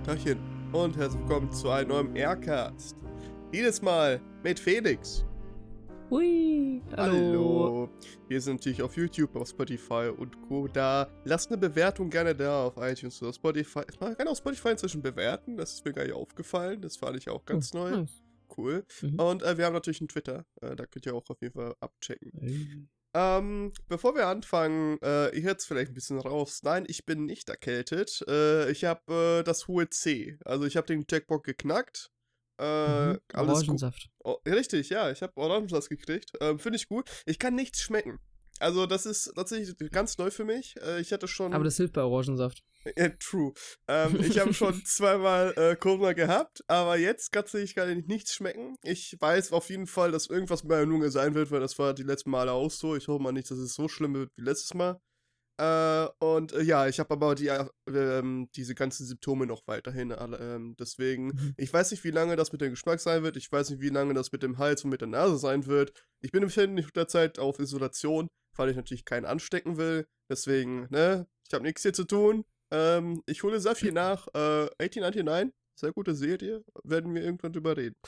Tachchen und herzlich willkommen zu einem neuen Aircast. Dieses Mal mit Felix. Hui, hallo. Wir sind natürlich auf YouTube, auf Spotify und Co. da. Lasst eine Bewertung gerne da auf iTunes oder Spotify. Man kann auch Spotify inzwischen bewerten, das ist mir gar nicht aufgefallen. Das fand ich auch ganz neu. Nice. Cool. Und wir haben natürlich einen Twitter, da könnt ihr auch auf jeden Fall abchecken. Bevor wir anfangen, ihr hört es vielleicht ein bisschen raus. Nein, ich bin nicht erkältet. Ich habe das hohe C. Also ich habe den Jackpot geknackt. Alles Orangensaft. Oh, richtig, ja, ich habe Orangensaft gekriegt. Finde ich gut. Ich kann nichts schmecken. Also das ist tatsächlich ganz neu für mich. Ich hatte schon... Aber das hilft bei Orangensaft. True. Ich habe schon zweimal Corona gehabt, aber jetzt kann ich nichts schmecken. Ich weiß auf jeden Fall, dass irgendwas mit meiner Lunge sein wird, weil das war die letzten Male auch so. Ich hoffe mal nicht, dass es so schlimm wird wie letztes Mal. Ja, ich habe aber diese ganzen Symptome noch weiterhin. Deswegen, ich weiß nicht, wie lange das mit dem Geschmack sein wird. Ich weiß nicht, wie lange das mit dem Hals und mit der Nase sein wird. Ich bin in der Zeit auf Isolation, weil ich natürlich keinen anstecken will. Deswegen, ne, ich habe nichts hier zu tun. Ich hole sehr viel nach. 1899, sehr gute Serie, werden wir irgendwann drüber reden.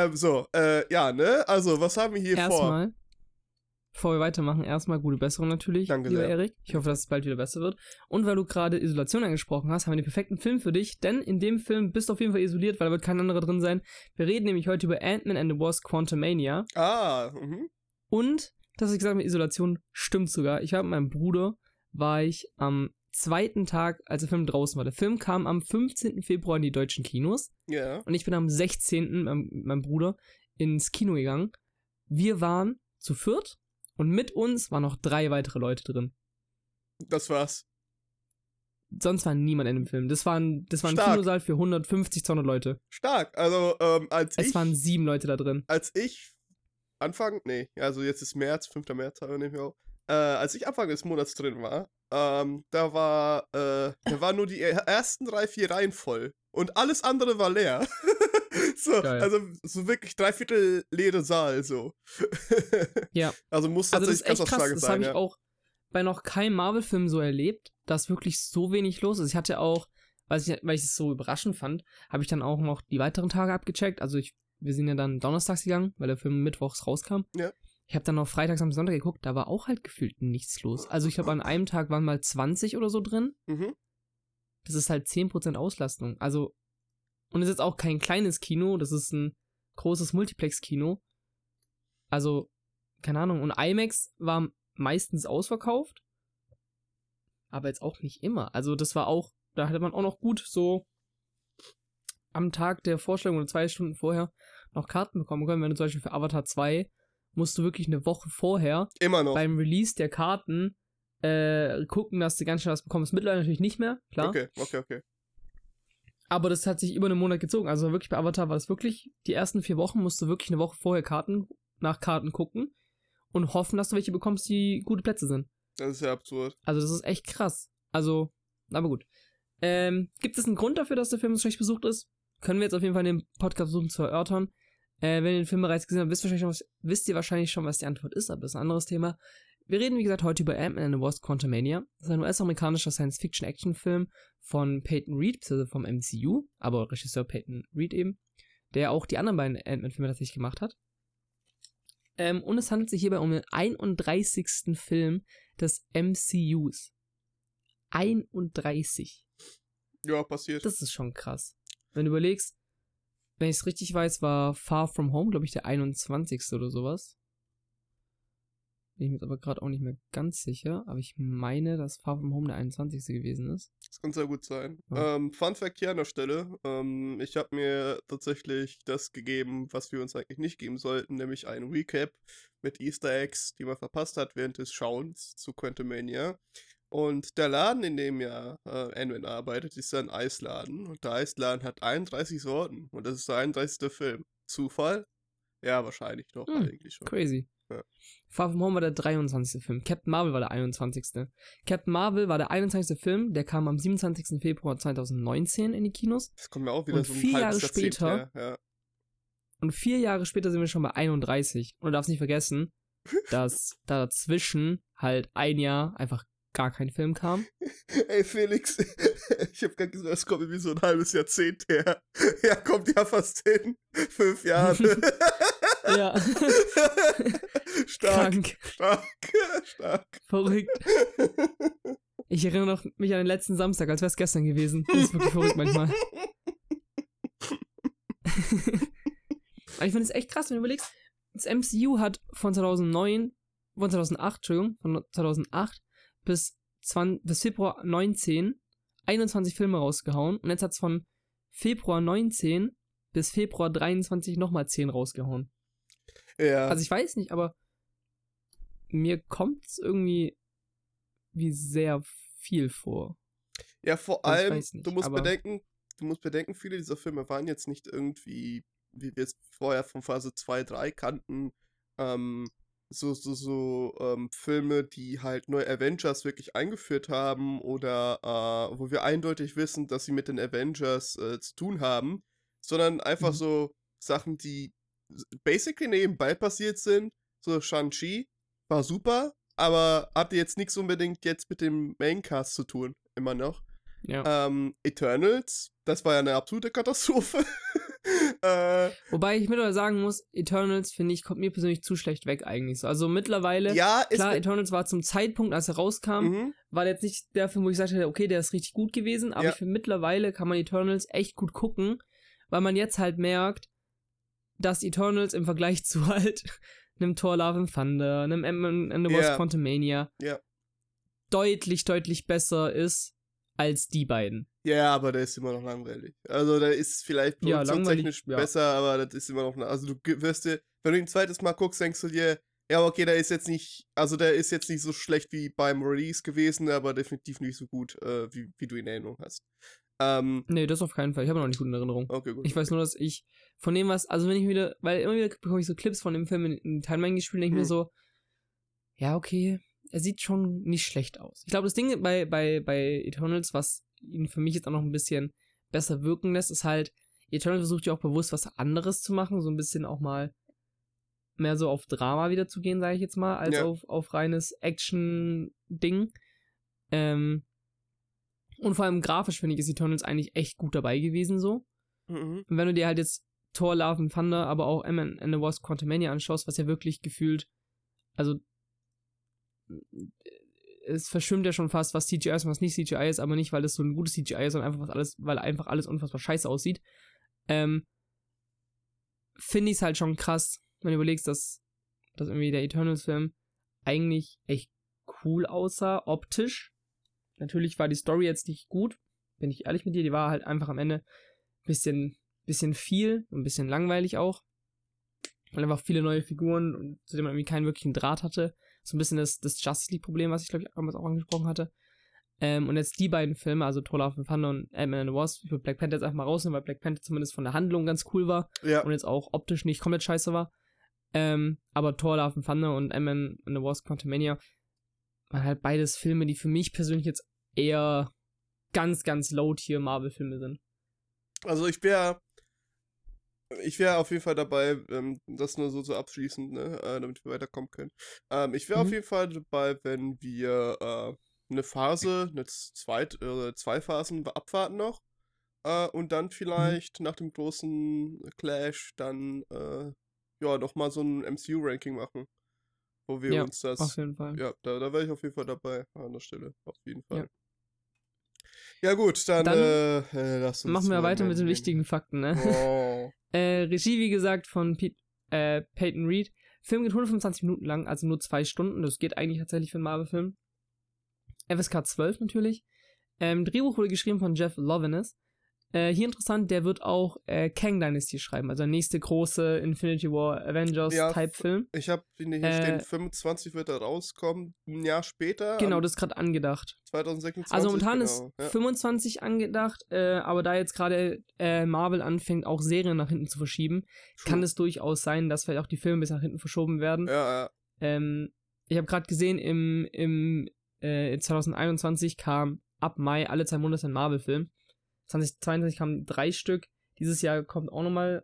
Ja, ne, also, was haben wir hier vor? Bevor wir weitermachen, erstmal gute Besserung natürlich, Danke lieber sehr. Erik. Ich hoffe, dass es bald wieder besser wird. Und weil du gerade Isolation angesprochen hast, haben wir den perfekten Film für dich, denn in dem Film bist du auf jeden Fall isoliert, weil da wird kein anderer drin sein. Wir reden nämlich heute über Ant-Man and the Wasp Quantumania. Und, dass ich gesagt habe, Isolation stimmt sogar. Ich war mit meinem Bruder, war ich am zweiten Tag, als der Film draußen war. Der Film kam am 15. Februar in die deutschen Kinos. Ja. Yeah. Und ich bin am 16. mit meinem Bruder ins Kino gegangen. Wir waren zu viert. Und mit uns waren noch 3 weitere Leute drin. Das war's. Sonst war niemand in dem Film. Das war ein Kinosaal für 150, 200 Leute. Stark. Also, Es waren 7 Leute da drin. Als ich also jetzt ist März, 5. März, nehme ich auch. Als ich Anfang des Monats drin war, da war nur die ersten 3, 4 Reihen voll. Und alles andere war leer. So, geil. Also so wirklich 3/4 leere Saal, so. Ja. Also muss tatsächlich ganz krass sein. Das habe ich auch bei noch keinem Marvel-Film so erlebt, dass wirklich so wenig los ist. Ich hatte auch, weil ich es so überraschend fand, habe ich dann auch noch die weiteren Tage abgecheckt. Also wir sind ja dann donnerstags gegangen, weil der Film mittwochs rauskam. Ja. Ich habe dann noch freitags am Sonntag geguckt, da war auch halt gefühlt nichts los. Also ich glaube, an einem Tag waren mal 20 oder so drin. Das ist halt 10% Auslastung. Also, und es ist auch kein kleines Kino, das ist ein großes Multiplex-Kino. Also, keine Ahnung. Und IMAX war meistens ausverkauft, aber jetzt auch nicht immer. Also das war auch, da hatte man auch noch gut so am Tag der Vorstellung oder 2 Stunden vorher noch Karten bekommen können. Wenn du zum Beispiel für Avatar 2 musst du wirklich eine Woche vorher immer noch beim Release der Karten gucken, dass du ganz schnell was bekommst. Mittlerweile natürlich nicht mehr, klar. Okay. Aber das hat sich über einen Monat gezogen. Also wirklich bei Avatar war das wirklich, die ersten 4 Wochen musst du wirklich eine Woche vorher nach Karten gucken und hoffen, dass du welche bekommst, die gute Plätze sind. Das ist ja absurd. Also das ist echt krass. Also, aber gut. Gibt es einen Grund dafür, dass der Film so schlecht besucht ist? Können wir jetzt auf jeden Fall in dem Podcast versuchen zu erörtern. Wenn ihr den Film bereits gesehen habt, wisst ihr wahrscheinlich schon, was die Antwort ist, aber das ist ein anderes Thema. Wir reden, wie gesagt, heute über Ant-Man and the Wasp Quantumania. Das ist ein US-amerikanischer Science-Fiction-Action-Film von Peyton Reed, beziehungsweise vom MCU, aber Regisseur Peyton Reed eben, der auch die anderen beiden Ant-Man-Filme tatsächlich gemacht hat. Und es handelt sich hierbei um den 31. Film des MCUs. 31. Ja, passiert. Das ist schon krass. Wenn du überlegst, wenn ich es richtig weiß, war Far From Home, glaube ich, der 21. oder sowas. Bin ich mir jetzt aber gerade auch nicht mehr ganz sicher, aber ich meine, dass Far From Home der 21. gewesen ist. Das kann sehr gut sein. Ja. Fun Fact hier an der Stelle, ich habe mir tatsächlich das gegeben, was wir uns eigentlich nicht geben sollten, nämlich ein Recap mit Easter Eggs, die man verpasst hat während des Schauens zu Quantumania. Und der Laden, in dem ja Ant-Man arbeitet, ist ein Eisladen. Und der Eisladen hat 31 Sorten. Und das ist der 31. Film. Zufall? Ja, wahrscheinlich doch, eigentlich schon. Crazy. Ja. Far From Home war der 23. Film. Captain Marvel war der 21. Captain Marvel war der 21. Film, der kam am 27. Februar 2019 in die Kinos. Das kommt mir auch wieder und so ein 4 Jahre später her, ja. Und 4 Jahre später sind wir schon bei 31. Und du darfst nicht vergessen, dass da dazwischen halt ein Jahr einfach gar kein Film kam. Ey, Felix, ich hab gerade gesagt, es kommt irgendwie so ein halbes Jahrzehnt her. Ja, kommt ja fast hin. 5 Jahre. Ja. Stark, Krank. stark. Verrückt. Ich erinnere noch mich an den letzten Samstag, als wäre es gestern gewesen. Das ist wirklich verrückt manchmal. Aber ich finde es echt krass, wenn du überlegst, das MCU hat von 2008 bis Februar 19 21 Filme rausgehauen und jetzt hat es von Februar 19 bis Februar 23 nochmal 10 rausgehauen. Ja. Also ich weiß nicht, aber mir kommt es irgendwie wie sehr viel vor. Ja, vor Also ich allem, weiß nicht, du musst aber- bedenken, viele dieser Filme waren jetzt nicht irgendwie, wie wir es vorher von Phase 2, 3 kannten, Filme, die halt neue Avengers wirklich eingeführt haben oder wo wir eindeutig wissen, dass sie mit den Avengers zu tun haben, sondern einfach so Sachen, die basically nebenbei passiert sind. So Shang-Chi war super, aber hatte jetzt nichts unbedingt jetzt mit dem Maincast zu tun, immer noch. Ja. Eternals, das war ja eine absolute Katastrophe. Wobei ich mittlerweile sagen muss, Eternals, finde ich, kommt mir persönlich zu schlecht weg eigentlich so. Also mittlerweile, Ja, klar, Eternals war zum Zeitpunkt, als er rauskam, war jetzt nicht der Film, wo ich sagte, okay, der ist richtig gut gewesen, aber Ja. ich finde, mittlerweile kann man Eternals echt gut gucken, weil man jetzt halt merkt, dass Eternals im Vergleich zu halt einem Thor Love and Thunder, einem Ant-Man and the Wasp Ja. Quantumania Ja. deutlich, deutlich besser ist als die beiden. Ja, aber der ist immer noch langweilig. Also, der ist vielleicht Ja, produktionstechnisch langweilig, ja. besser, aber das ist immer noch. Also, wirst dir, wenn du ihn ein zweites Mal guckst, denkst du dir, ja, okay, der ist jetzt nicht so schlecht wie beim Release gewesen, aber definitiv nicht so gut, wie du ihn in Erinnerung hast. Nee, das auf keinen Fall. Ich habe noch nicht gut in Erinnerung. Okay, gut. Ich weiß nur, dass ich von dem was, also wenn ich wieder, weil immer wieder bekomme ich so Clips von dem Film in die Timeline gespielt, denke ich mir so, ja, okay, er sieht schon nicht schlecht aus. Ich glaube, das Ding bei Eternals, was ihn für mich jetzt auch noch ein bisschen besser wirken lässt, ist halt, Eternals versucht ja auch bewusst was anderes zu machen, so ein bisschen auch mal mehr so auf Drama wieder zu gehen, sage ich jetzt mal, als Ja. auf reines Action-Ding. Und vor allem grafisch, finde ich, ist Eternals eigentlich echt gut dabei gewesen so. Mhm. Und wenn du dir halt jetzt Thor, Love and Thunder, aber auch Ant-Man and the Wasp Quantumania anschaust, was ja wirklich gefühlt, also es verschwimmt ja schon fast, was CGI ist und was nicht CGI ist, aber nicht, weil das so ein gutes CGI ist, sondern weil einfach alles unfassbar scheiße aussieht. Finde ich es halt schon krass, wenn du überlegst, dass irgendwie der Eternals-Film eigentlich echt cool aussah, optisch. Natürlich war die Story jetzt nicht gut, bin ich ehrlich mit dir, die war halt einfach am Ende bisschen viel und ein bisschen langweilig auch. Weil einfach viele neue Figuren und zu denen man irgendwie keinen wirklichen Draht hatte. So ein bisschen das Justice League-Problem, was ich glaube ich damals auch angesprochen hatte. Und jetzt die beiden Filme, also Thor Love and Thunder und Ant-Man and the Wasp, ich würde Black Panther jetzt einfach mal rausnehmen, weil Black Panther zumindest von der Handlung ganz cool war Ja. und jetzt auch optisch nicht komplett scheiße war. Aber Thor Love and Thunder und Ant-Man and the Wasp Quantumania waren halt beides Filme, die für mich persönlich jetzt eher ganz, ganz low-tier Marvel-Filme sind. Also ich wäre auf jeden Fall dabei, das nur so abschließend, ne, damit wir weiterkommen können. Ich wäre auf jeden Fall dabei, wenn wir eine Phase, zwei Phasen abwarten noch und dann vielleicht nach dem großen Clash dann nochmal so ein MCU-Ranking machen, wo wir uns das... auf jeden Fall. Ja, da wäre ich auf jeden Fall dabei an der Stelle, auf jeden Fall. Ja. Ja gut, dann lass uns machen wir mal weiter mit den nehmen. wichtigen Fakten, ne? Oh. Regie, wie gesagt, von Peyton Reed. Film geht 125 Minuten lang, also nur 2 Stunden. Das geht eigentlich tatsächlich für einen Marvel-Film. FSK 12 natürlich. Drehbuch wurde geschrieben von Jeff Loveness. Hier interessant, der wird auch Kang Dynasty schreiben, also der nächste große Infinity War Avengers-Type-Film. Ich habe hier stehen, 25 wird er rauskommen, ein Jahr später. Genau, das ist gerade angedacht. 2026. Also momentan genau, ist 25 angedacht, aber da jetzt gerade Marvel anfängt, auch Serien nach hinten zu verschieben, kann es durchaus sein, dass vielleicht auch die Filme bis nach hinten verschoben werden. Ja. Ich habe gerade gesehen, im 2021 kam ab Mai alle 2 Monate ein Marvel-Film. 2022 kamen 3 Stück. Dieses Jahr kommt auch nochmal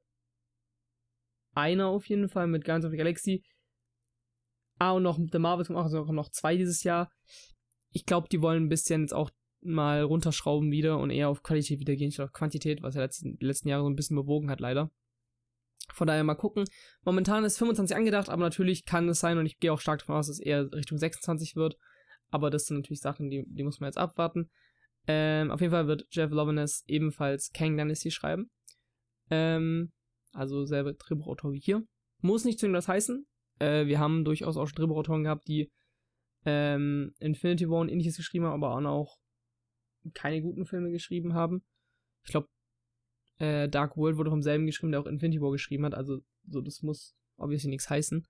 einer auf jeden Fall mit Guardians of the Galaxy. Und noch The Marvels kommen auch, also kommen noch 2 dieses Jahr. ich glaube, die wollen ein bisschen jetzt auch mal runterschrauben wieder und eher auf Qualität wieder gehen, statt auf Quantität, was ja die letzten Jahre so ein bisschen bewogen hat, leider. Von daher mal gucken. Momentan ist 25 angedacht, aber natürlich kann es sein und ich gehe auch stark davon aus, dass es eher Richtung 26 wird. Aber das sind natürlich Sachen, die muss man jetzt abwarten. Auf jeden Fall wird Jeff Loveness ebenfalls Kang Dynasty schreiben. Also selber Drehbuchautor wie hier. Muss nicht zwingend das heißen. Wir haben durchaus auch schon Drehbuchautoren gehabt, die Infinity War und ähnliches geschrieben haben, aber auch keine guten Filme geschrieben haben. Ich glaube, Dark World wurde vom selben geschrieben, der auch Infinity War geschrieben hat, also so, das muss obviously nichts heißen.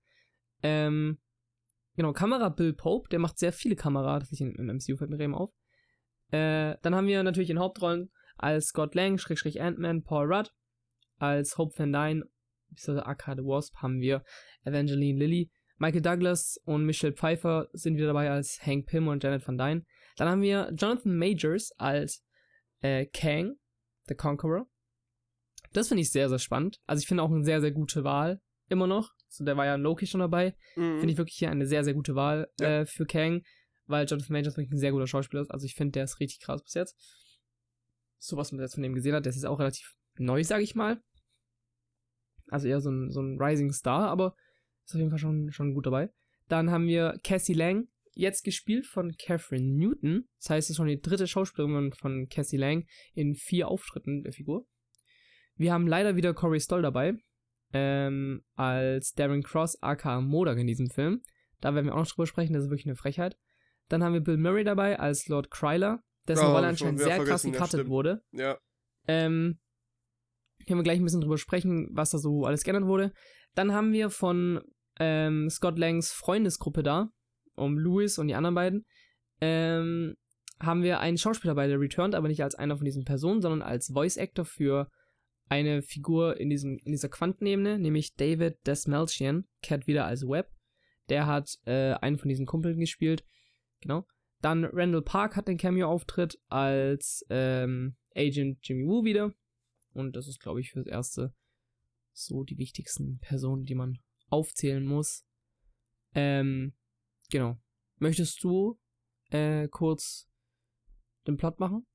Genau, Kamera Bill Pope, der macht sehr viele Kamera, das ist im MCU, fällt mir eben auf. Dann haben wir natürlich in Hauptrollen als Scott Lang, / Ant-Man, Paul Rudd. Als Hope Van Dyne, aka The Wasp, haben wir Evangeline Lilly. Michael Douglas und Michelle Pfeiffer sind wieder dabei als Hank Pym und Janet Van Dyne. Dann haben wir Jonathan Majors als Kang, the Conqueror. Das finde ich sehr, sehr spannend. Also ich finde auch eine sehr, sehr gute Wahl immer noch. So, der war ja in Loki schon dabei. Finde ich wirklich hier eine sehr, sehr gute Wahl für Kang, weil Jonathan Majors wirklich ein sehr guter Schauspieler ist. Also ich finde, der ist richtig krass bis jetzt. So was man jetzt von dem gesehen hat, das ist auch relativ neu, sage ich mal. Also eher so ein Rising Star, aber ist auf jeden Fall schon gut dabei. Dann haben wir Cassie Lang, jetzt gespielt von Catherine Newton. Das heißt, es ist schon die dritte Schauspielerin von Cassie Lang in 4 Auftritten der Figur. Wir haben leider wieder Corey Stoll dabei, als Darren Cross, aka MODOK in diesem Film. Da werden wir auch noch drüber sprechen, das ist wirklich eine Frechheit. Dann haben wir Bill Murray dabei als Lord Kryler, dessen Rolle anscheinend sehr krass gecuttet wurde. Ja. Können wir gleich ein bisschen drüber sprechen, was da so alles geändert wurde. Dann haben wir von Scott Langs Freundesgruppe da, um Louis und die anderen beiden, haben wir einen Schauspieler bei, der returned, aber nicht als einer von diesen Personen, sondern als Voice Actor für eine Figur in dieser Quantenebene, nämlich David Dastmalchian, kehrt wieder als Webb. Der hat einen von diesen Kumpeln gespielt. Genau. Dann Randall Park hat den Cameo-Auftritt als Agent Jimmy Woo wieder. Und das ist, glaube ich, fürs Erste so die wichtigsten Personen, die man aufzählen muss. Genau. Möchtest du kurz den Plot machen?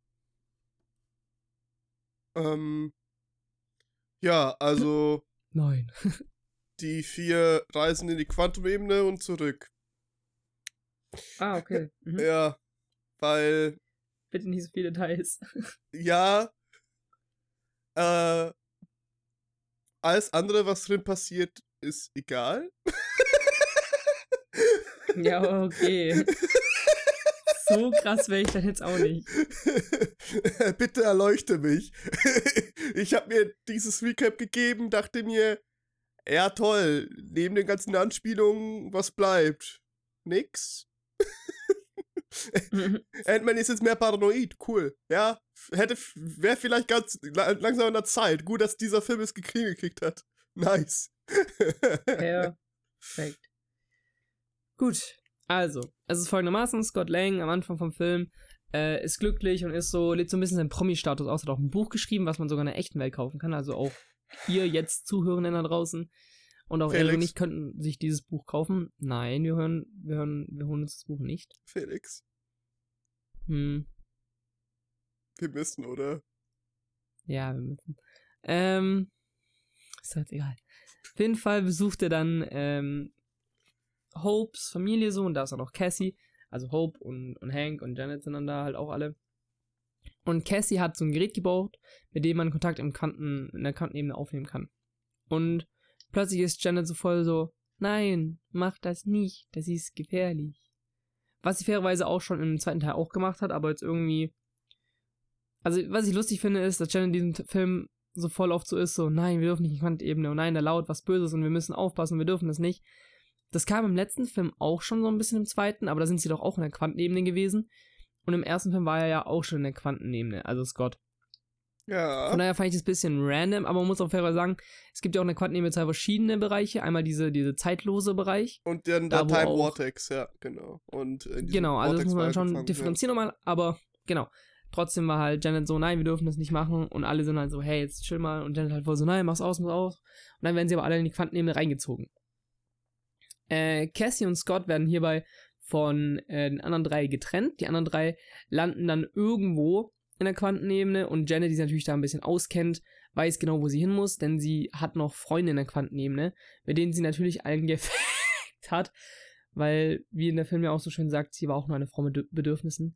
Ja, also Nein. die 4 reisen in die Quantumebene und zurück. Ah, okay. Mhm. Ja, weil... Bitte nicht so viele Details. Ja, alles andere, was drin passiert, ist egal. Ja, okay. So krass wäre ich dann jetzt auch nicht. Bitte erleuchte mich. Ich habe mir dieses Recap gegeben, dachte mir, ja toll, neben den ganzen Anspielungen, was bleibt? Nix. Ant-Man ist jetzt mehr paranoid, cool. Ja, wäre vielleicht ganz langsam an der Zeit. Gut, dass dieser Film es gekriegt hat. Nice. Perfekt. Gut, also, es ist folgendermaßen, Scott Lang am Anfang vom Film ist glücklich und lebt so ein bisschen seinen Promi-Status aus, hat auch ein Buch geschrieben, was man sogar in der echten Welt kaufen kann, also auch ihr jetzt Zuhörenden da draußen und auch Ältere nicht könnten sich dieses Buch kaufen. Nein, wir holen uns das Buch nicht. Felix. Wir müssen, oder? Ja, wir müssen. Ist halt egal. Auf jeden Fall besucht er dann Hopes Familie so und da ist auch noch Cassie, also Hope und Hank und Janet sind dann da halt auch alle. Und Cassie hat so ein Gerät gebaut, mit dem man Kontakt in der Quantenebene aufnehmen kann. Und plötzlich ist Janet so voll so, nein, mach das nicht, das ist gefährlich. Was sie fairerweise auch schon im zweiten Teil auch gemacht hat, aber jetzt irgendwie, also was ich lustig finde ist, dass Janet in diesem Film so voll oft so ist, so, nein, wir dürfen nicht in die Quantenebene und nein, da laut was Böses und wir müssen aufpassen, wir dürfen das nicht. Das kam im letzten Film auch schon so ein bisschen im zweiten, aber da sind sie doch auch in der Quantenebene gewesen. Und im ersten Film war er ja auch schon in der Quantenebene, also Scott. Ja. Von daher fand ich das ein bisschen random, aber man muss auch fairerweise sagen, es gibt ja auch in der Quantenebene 2 verschiedene Bereiche. Einmal diese zeitlose Bereich. Und dann der Time Vortex, ja, genau. Und genau, also das muss man schon differenzieren nochmal, aber genau. Trotzdem war halt Janet so, nein, wir dürfen das nicht machen. Und alle sind halt so, hey, jetzt chill mal. Und Janet halt voll so, nein, mach's aus. Und dann werden sie aber alle in die Quantenebene reingezogen. Cassie und Scott werden hierbei von den anderen 3 getrennt. Die anderen 3 landen dann irgendwo in der Quantenebene und Janet, die sich natürlich da ein bisschen auskennt, weiß genau, wo sie hin muss, denn sie hat noch Freunde in der Quantenebene, mit denen sie natürlich allen gefickt hat, weil, wie in der Film ja auch so schön sagt, sie war auch nur eine Frau mit Bedürfnissen.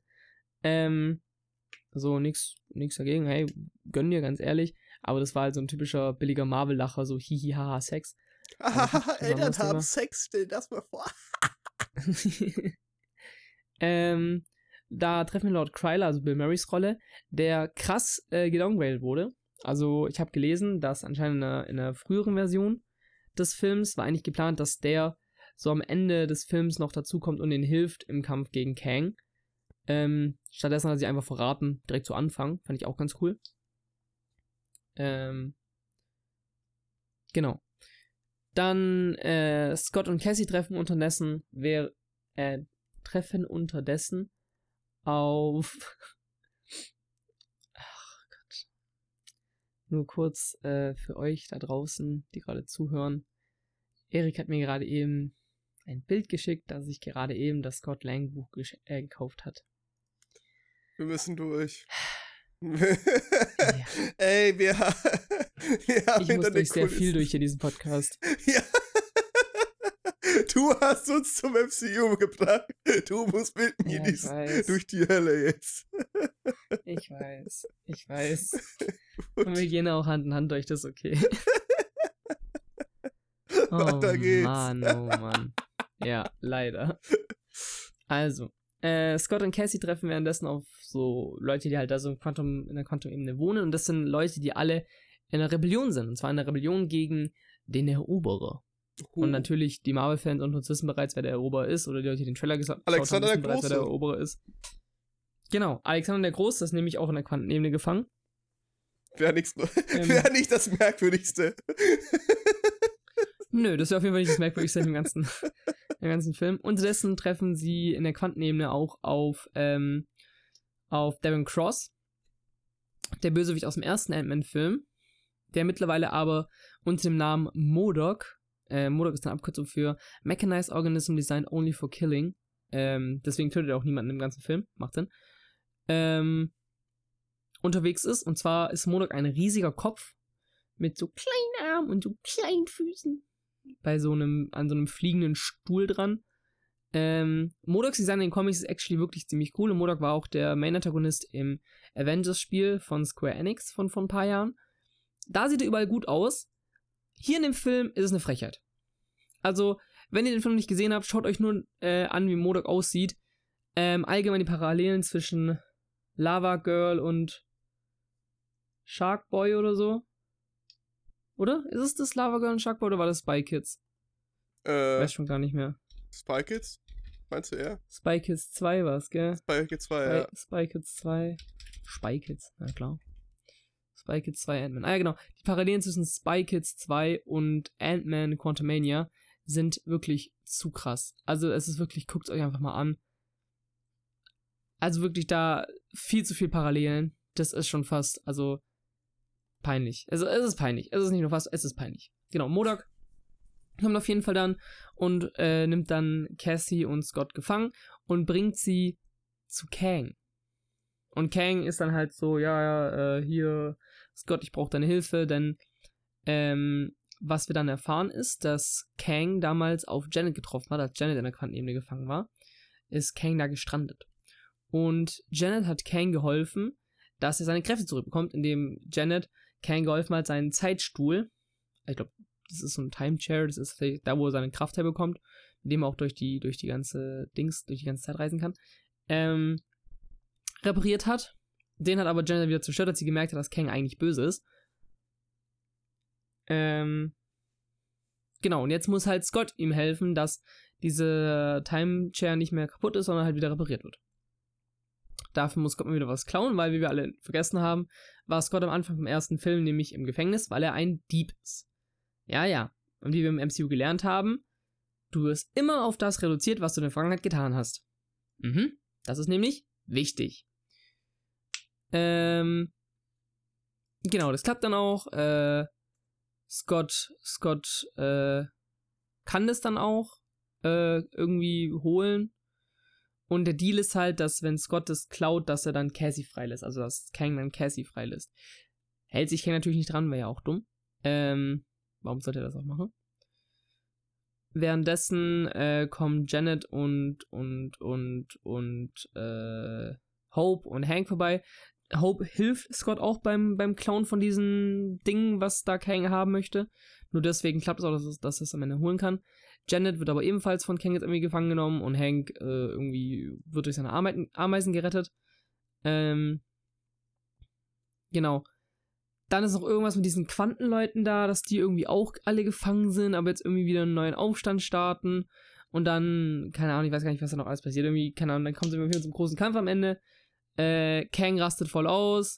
So, nix dagegen, hey, gönn dir, ganz ehrlich. Aber das war halt so ein typischer billiger Marvel-Lacher, so hihi, haha, Sex. Eltern haben Sex, stell dir das mal vor. Da treffen wir Lord Kryler, also Bill Murrays Rolle, der krass gedowngradet wurde. Also ich habe gelesen, dass anscheinend in einer früheren Version des Films war eigentlich geplant, dass der so am Ende des Films noch dazukommt und ihnen hilft im Kampf gegen Kang. Stattdessen hat er sie einfach verraten, direkt zu Anfang. Fand ich auch ganz cool. Genau. Dann Scott und Cassie treffen unterdessen auf ach Gott. Nur kurz für euch da draußen, die gerade zuhören. Erik hat mir gerade eben ein Bild geschickt, dass ich gerade eben das Scott Lang Buch gekauft hat. Wir müssen durch. Ja. Ey, wir haben ich muss durch sehr viel durch in diesem Podcast. Ja. Du hast uns zum MCU gebracht. Du musst mit mir durch die Hölle jetzt. Ich weiß. Und wir gehen auch Hand in Hand durch, das ist okay. Weiter geht's. Oh Mann. Ja, leider. Also, Scott und Cassie treffen währenddessen auf so Leute, die halt da so in der Quantum-Ebene wohnen. Und das sind Leute, die alle in einer Rebellion sind. Und zwar in einer Rebellion gegen den Eroberer. Und natürlich die Marvel-Fans unter uns wissen bereits, wer der Eroberer ist. Oder die Leute, die den Trailer geschaut haben, wissen bereits, wer der Eroberer ist. Genau, Alexander der Große ist nämlich auch in der Quantenebene gefangen. Wäre nicht das Merkwürdigste. Nö, das wäre auf jeden Fall nicht das Merkwürdigste im ganzen Film. Unterdessen treffen sie in der Quantenebene auch auf Darren Cross, der Bösewicht aus dem ersten Ant-Man-Film, der mittlerweile aber unter dem Namen MODOK, MODOK ist eine Abkürzung für Mechanized Organism Designed Only for Killing, deswegen tötet er auch niemanden im ganzen Film, macht Sinn, unterwegs ist. Und zwar ist MODOK ein riesiger Kopf mit so kleinen Armen und so kleinen Füßen an so einem fliegenden Stuhl dran. MODOKs Design in den Comics ist actually wirklich ziemlich cool. Und MODOK war auch der Main-Antagonist im Avengers-Spiel von Square Enix von ein paar Jahren. Da sieht er überall gut aus. Hier in dem Film ist es eine Frechheit. Also, wenn ihr den Film nicht gesehen habt, schaut euch nur an, wie MODOK aussieht. Allgemein die Parallelen zwischen Lava Girl und Shark Boy oder so. Oder? Ist es das Lava Girl und Shark Boy oder war das Spy Kids? Weiß schon gar nicht mehr. Spy Kids? Meinst du eher? Spy Kids 2 war es, gell? Spy Kids 2, ja. Spy Kids 2. Spy Kids, na klar. Spy Kids 2 Ant-Man. Ah ja, genau. Die Parallelen zwischen Spy Kids 2 und Ant-Man Quantumania sind wirklich zu krass. Also es ist wirklich, guckt es euch einfach mal an. Also wirklich da viel zu viel Parallelen. Das ist schon fast, also peinlich. Also es ist peinlich. Es ist nicht nur fast, es ist peinlich. Genau, MODOK kommt auf jeden Fall dann und nimmt dann Cassie und Scott gefangen und bringt sie zu Kang. Und Kang ist dann halt so, hier, Scott, ich brauche deine Hilfe, denn was wir dann erfahren ist, dass Kang damals auf Janet getroffen hat, als Janet in der Quantenebene gefangen war, ist Kang da gestrandet. Und Janet hat Kang geholfen, dass er seine Kräfte zurückbekommt, indem Janet Kang geholfen hat, seinen Zeitstuhl, ich glaube, das ist so ein Time Chair, das ist da, wo er seine Kraft herbekommt, mit dem er auch durch die ganze Zeit reisen kann, repariert hat. Den hat aber Janet wieder zerstört, als sie gemerkt hat, dass Kang eigentlich böse ist. Genau, und jetzt muss halt Scott ihm helfen, dass diese Time Chair nicht mehr kaputt ist, sondern halt wieder repariert wird. Dafür muss Scott mal wieder was klauen, weil, wie wir alle vergessen haben, war Scott am Anfang vom ersten Film nämlich im Gefängnis, weil er ein Dieb ist. Ja. Und wie wir im MCU gelernt haben, du wirst immer auf das reduziert, was du in der Vergangenheit getan hast. Das ist nämlich wichtig. Genau, das klappt dann auch. Scott kann das dann auch irgendwie holen. Und der Deal ist halt, dass wenn Scott das klaut, dass er dann Cassie freilässt. Also dass Kang dann Cassie freilässt. Hält sich Kang natürlich nicht dran, wäre ja auch dumm. Warum sollte er das auch machen? Währenddessen kommen Janet und Hope und Hank vorbei. Hope hilft Scott auch beim Klauen von diesen Dingen, was da Kang haben möchte. Nur deswegen klappt es auch, dass er es am Ende holen kann. Janet wird aber ebenfalls von Kang jetzt irgendwie gefangen genommen und Hank irgendwie wird durch seine Ameisen gerettet. Genau. Dann ist noch irgendwas mit diesen Quantenleuten da, dass die irgendwie auch alle gefangen sind, aber jetzt irgendwie wieder einen neuen Aufstand starten. Und dann, keine Ahnung, ich weiß gar nicht, was da noch alles passiert. Irgendwie, keine Ahnung, dann kommt es wieder zum großen Kampf am Ende. Kang rastet voll aus.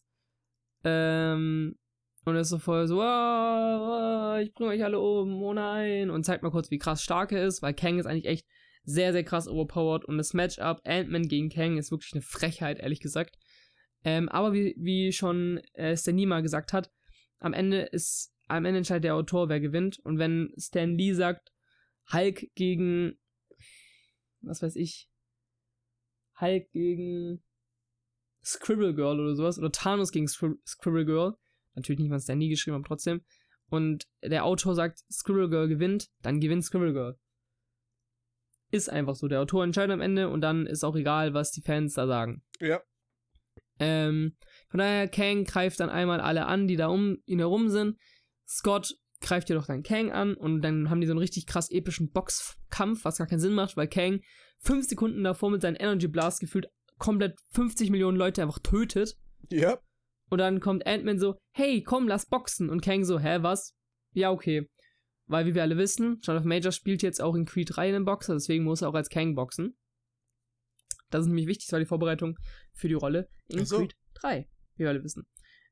Und ist so voll so, ich bringe euch alle um, oh nein. Und zeigt mal kurz, wie krass stark er ist, weil Kang ist eigentlich echt sehr, sehr krass overpowered. Und das Matchup Ant-Man gegen Kang ist wirklich eine Frechheit, ehrlich gesagt. Aber wie schon Stan Lee mal gesagt hat, am Ende entscheidet der Autor, wer gewinnt. Und wenn Stan Lee sagt, Hulk gegen, was weiß ich, Hulk gegen Scribble Girl oder sowas, oder Thanos gegen Scribble Girl, natürlich nicht, was Stan Lee geschrieben hat, trotzdem, und der Autor sagt, Scribble Girl gewinnt, dann gewinnt Scribble Girl. Ist einfach so, der Autor entscheidet am Ende und dann ist auch egal, was die Fans da sagen. Ja. Von daher, Kang greift dann einmal alle an, die da um ihn herum sind. Scott greift jedoch dann Kang an und dann haben die so einen richtig krass epischen Boxkampf, was gar keinen Sinn macht, weil Kang 5 Sekunden davor mit seinem Energy Blast gefühlt komplett 50 Millionen Leute einfach tötet. Ja. Und dann kommt Ant-Man so, hey, komm, lass boxen. Und Kang so, hä, was? Ja, okay. Weil, wie wir alle wissen, Jonathan Majors spielt jetzt auch in Creed 3 einen Boxer, deswegen muss er auch als Kang boxen. Das ist nämlich wichtig, das war die Vorbereitung für die Rolle in Creed 3, wie wir alle wissen.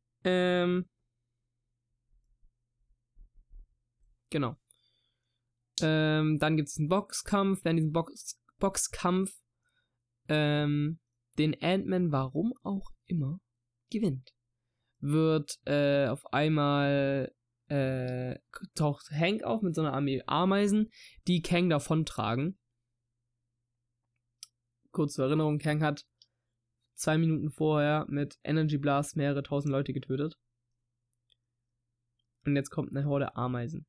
Genau. Dann gibt es einen Boxkampf. Während diesem Boxkampf den Ant-Man, warum auch immer, gewinnt. Wird auf einmal taucht Hank auf mit so einer Armee Ameisen, die Kang davontragen. Kurz zur Erinnerung, Kang hat 2 Minuten vorher mit Energy Blast mehrere tausend Leute getötet. Und jetzt kommt eine Horde Ameisen.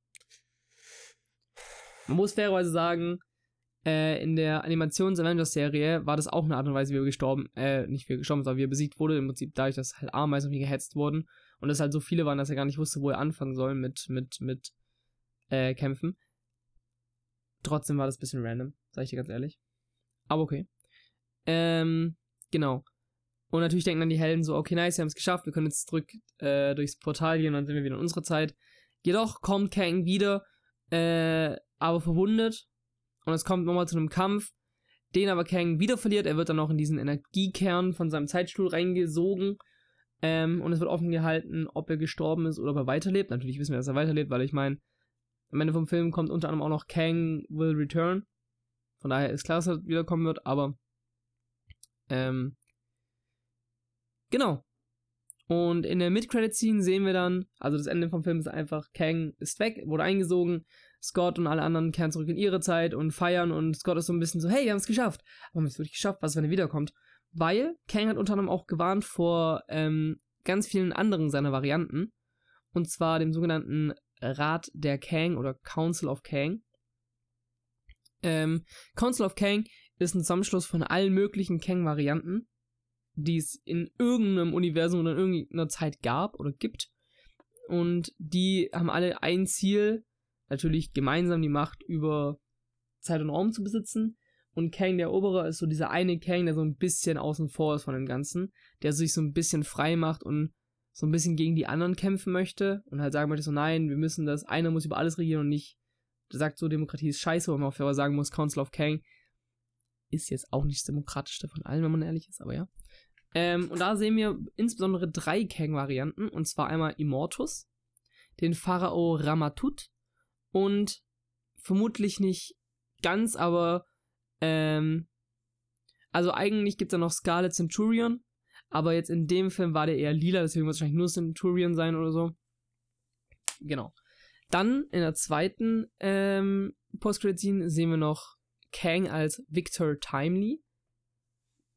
Man muss fairerweise sagen, in der Animations-Avengers-Serie war das auch eine Art und Weise, wie er gestorben, nicht wie er gestorben ist, aber wie er besiegt wurde, im Prinzip dadurch, dass halt Ameisen auf ihn gehetzt wurden und es halt so viele waren, dass er gar nicht wusste, wo er anfangen soll mit Kämpfen. Trotzdem war das ein bisschen random, sag ich dir ganz ehrlich. Aber okay. Genau. Und natürlich denken dann die Helden so, okay, nice, wir haben es geschafft, wir können jetzt zurück durchs Portal gehen und dann sind wir wieder in unserer Zeit. Jedoch kommt Kang wieder, aber verwundet. Und es kommt nochmal zu einem Kampf, den aber Kang wieder verliert. Er wird dann auch in diesen Energiekern von seinem Zeitstuhl reingesogen. Und es wird offen gehalten, ob er gestorben ist oder ob er weiterlebt. Natürlich wissen wir, dass er weiterlebt, weil ich meine, am Ende vom Film kommt unter anderem auch noch Kang will return. Von daher ist klar, dass er wiederkommen wird, aber genau. Und in der Mid-Credit-Scene sehen wir dann, also das Ende vom Film ist einfach, Kang ist weg, wurde eingesogen, Scott und alle anderen kehren zurück in ihre Zeit und feiern und Scott ist so ein bisschen so, hey, wir haben es geschafft. Aber haben wir es wirklich geschafft? Was, wenn er wiederkommt? Weil Kang hat unter anderem auch gewarnt vor ganz vielen anderen seiner Varianten. Und zwar dem sogenannten Rat der Kang oder Council of Kang. Council of Kang ist ein Zusammenschluss von allen möglichen Kang-Varianten, die es in irgendeinem Universum oder in irgendeiner Zeit gab oder gibt. Und die haben alle ein Ziel, natürlich gemeinsam die Macht über Zeit und Raum zu besitzen. Und Kang, der Eroberer, ist so dieser eine Kang, der so ein bisschen außen vor ist von dem Ganzen, der sich so ein bisschen frei macht und so ein bisschen gegen die anderen kämpfen möchte und halt sagen möchte so, nein, wir müssen das, einer muss über alles regieren und nicht, der sagt so, Demokratie ist scheiße, wo man auch sagen muss, Council of Kang ist jetzt auch nicht das demokratischste von allen, wenn man ehrlich ist, aber ja. Und da sehen wir insbesondere 3 Kang-Varianten, und zwar einmal Immortus, den Pharao Ramatut und vermutlich nicht ganz, aber also eigentlich gibt es ja noch Scarlet Centurion, aber jetzt in dem Film war der eher lila, deswegen wird es wahrscheinlich nur Centurion sein oder so. Genau. Dann in der zweiten Post-Credit-Scene sehen wir noch Kang als Victor Timely.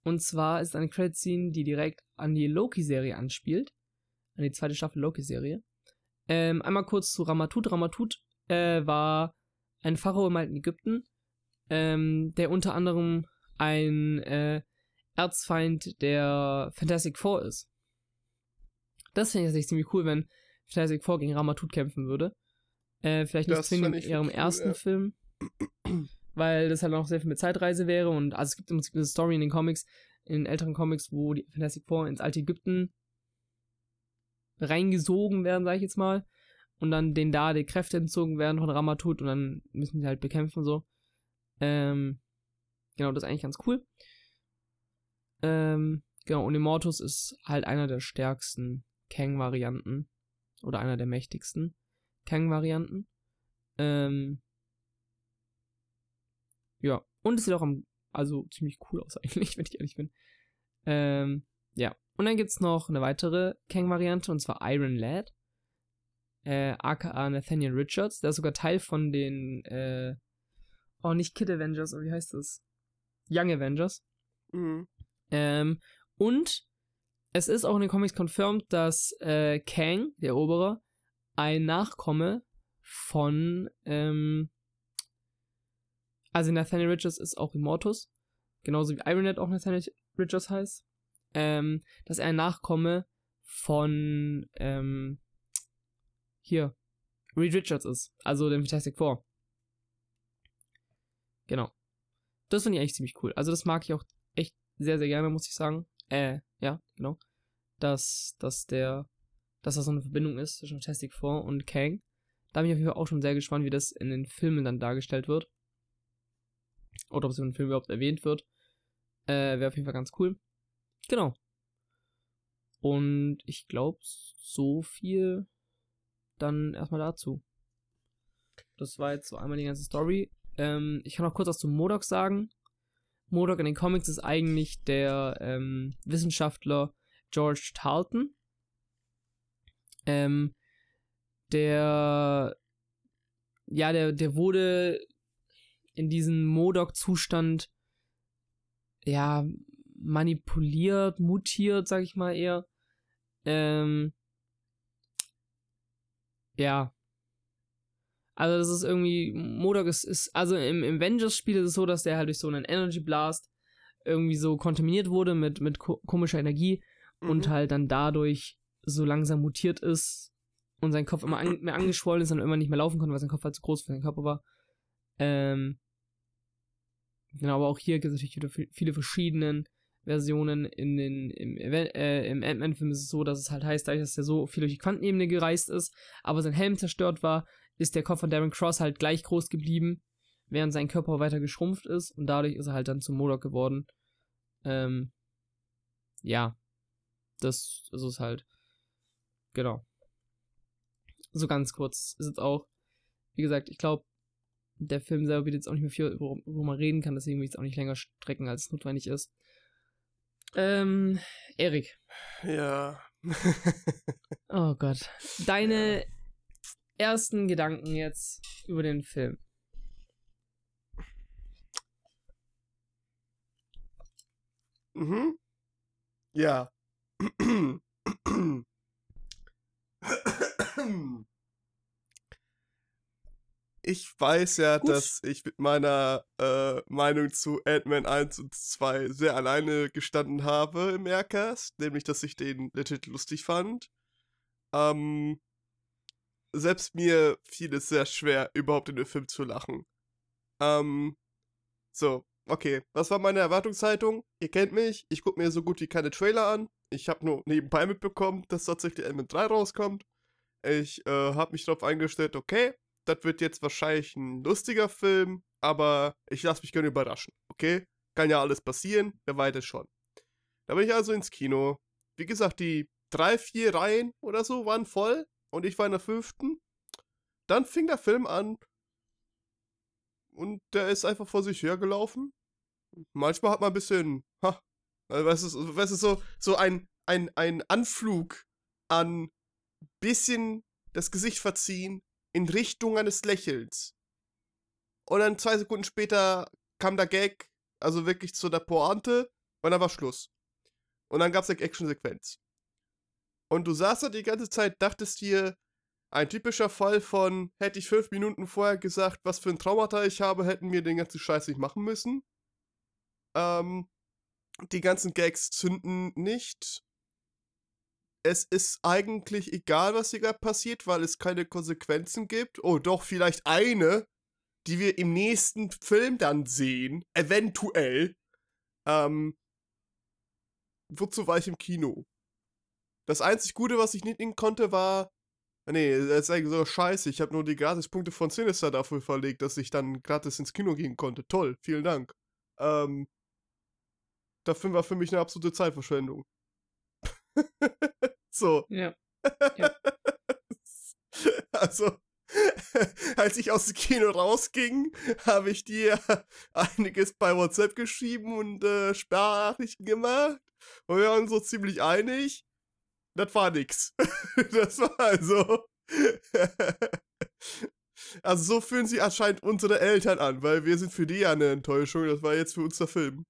Und zwar ist es eine Credit-Scene, die direkt an die Loki-Serie anspielt. An die 2. Staffel Loki-Serie. Einmal kurz zu Ramatut. Ramatut war ein Pharao im alten Ägypten, der unter anderem ein Erzfeind der Fantastic Four ist. Das finde ich tatsächlich ziemlich cool, wenn Fantastic Four gegen Ramatut kämpfen würde. Vielleicht nicht zwingend in ihrem ersten Film, weil das halt auch sehr viel mit Zeitreise wäre. Und also es gibt im Prinzip eine Story in den Comics, in den älteren Comics, wo die Fantastic Four ins alte Ägypten reingesogen werden, sag ich jetzt mal. Und dann denen da die Kräfte entzogen werden von Ramatut und dann müssen die halt bekämpfen so. Genau, das ist eigentlich ganz cool. Genau, und Immortus ist halt einer der stärksten Kang-Varianten. Oder einer der mächtigsten Kang-Varianten. Ja, und es sieht auch also ziemlich cool aus eigentlich, wenn ich ehrlich bin. Ja, und dann gibt's noch eine weitere Kang-Variante, und zwar Iron Lad. aka Nathaniel Richards. Der ist sogar Teil von den, nicht Kid Avengers, aber wie heißt das? Young Avengers. Mhm. Und es ist auch in den Comics confirmed, dass Kang, der Eroberer, ein Nachkomme von, also Nathaniel Richards ist auch Immortus, genauso wie Iron Lad auch Nathaniel Richards heißt, dass er ein Nachkomme von, hier, Reed Richards ist, also dem Fantastic Four. Genau. Das finde ich eigentlich ziemlich cool. Also das mag ich auch echt sehr, sehr gerne, muss ich sagen. Ja, genau. Dass das so eine Verbindung ist zwischen Fantastic Four und Kang. Da bin ich auf jeden Fall auch schon sehr gespannt, wie das in den Filmen dann dargestellt wird. Oder ob es in den Filmen überhaupt erwähnt wird. Wäre auf jeden Fall ganz cool. Genau. Und ich glaube, so viel dann erstmal dazu. Das war jetzt so einmal die ganze Story. Ich kann auch kurz was zu MODOK sagen. MODOK in den Comics ist eigentlich der Wissenschaftler George Tarleton. Der wurde in diesen MODOK-Zustand manipuliert, mutiert, sag ich mal eher. Also das ist irgendwie, MODOK ist also im Avengers-Spiel ist es so, dass der halt durch so einen Energy Blast irgendwie so kontaminiert wurde mit komischer Energie und halt dann dadurch so langsam mutiert ist und sein Kopf immer mehr angeschwollen ist und immer nicht mehr laufen konnte, weil sein Kopf halt zu groß für seinen Körper war. Genau, aber auch hier gibt es natürlich viele verschiedene Versionen. Im Ant-Man-Film ist es so, dass es halt heißt, dadurch, dass er so viel durch die Quantenebene gereist ist, aber sein Helm zerstört war, ist der Kopf von Darren Cross halt gleich groß geblieben, während sein Körper weiter geschrumpft ist und dadurch ist er halt dann zum MODOK geworden. Das ist es halt. Genau. So ganz kurz ist es auch, wie gesagt, ich glaube, der Film selber bietet jetzt auch nicht mehr viel, worüber man reden kann, deswegen will ich es auch nicht länger strecken, als es notwendig ist. Erik. Ja. Oh Gott. Deine ersten Gedanken jetzt über den Film. Ja. Ich weiß ja, Gut. dass ich mit meiner Meinung zu Ant-Man 1 und 2 sehr alleine gestanden habe im Aircast, nämlich, dass ich den legit lustig fand. Selbst mir fiel es sehr schwer, überhaupt in den Film zu lachen. Okay, was war meine Erwartungshaltung? Ihr kennt mich, ich gucke mir so gut wie keine Trailer an. Ich habe nur nebenbei mitbekommen, dass tatsächlich Ant-Man 3 rauskommt. Ich habe mich darauf eingestellt, okay, das wird jetzt wahrscheinlich ein lustiger Film, aber ich lasse mich gerne überraschen, okay? Kann ja alles passieren, wer weiß es schon. Da bin ich also ins Kino. Wie gesagt, die 3, 4 Reihen oder so waren voll und ich war in der 5. Dann fing der Film an und der ist einfach vor sich hergelaufen. Manchmal hat man ein bisschen, weißt du, so ein Anflug an bisschen das Gesicht verziehen in Richtung eines Lächelns. Und dann 2 Sekunden später kam der Gag, also wirklich zu der Pointe, Und dann war Schluss. Und dann gab's eine Action-Sequenz. Und du saßt da die ganze Zeit, dachtest dir, ein typischer Fall von, hätte ich 5 Minuten vorher gesagt, was für ein Traumata ich habe, hätten wir den ganzen Scheiß nicht machen müssen. Die ganzen Gags zünden nicht. Es ist eigentlich egal, was hier gerade passiert, weil es keine Konsequenzen gibt. Oh, doch, vielleicht eine, die wir im nächsten Film dann sehen. Eventuell. Wozu war ich im Kino? Das einzig Gute, was ich nicht nehmen konnte, war. Nee, das ist eigentlich so scheiße. Ich habe nur die Gratispunkte von Sinister dafür verlegt, dass ich dann gratis ins Kino gehen konnte. Toll, vielen Dank. Der Film war für mich eine absolute Zeitverschwendung. So. Ja. Ja. Also, als ich aus dem Kino rausging, habe ich dir einiges bei WhatsApp geschrieben und Sprachnachrichten gemacht. Und wir waren uns so ziemlich einig. Das war nix. Das war also. Also so fühlen sich anscheinend unsere Eltern an, weil wir sind für die ja eine Enttäuschung. Das war jetzt für uns der Film.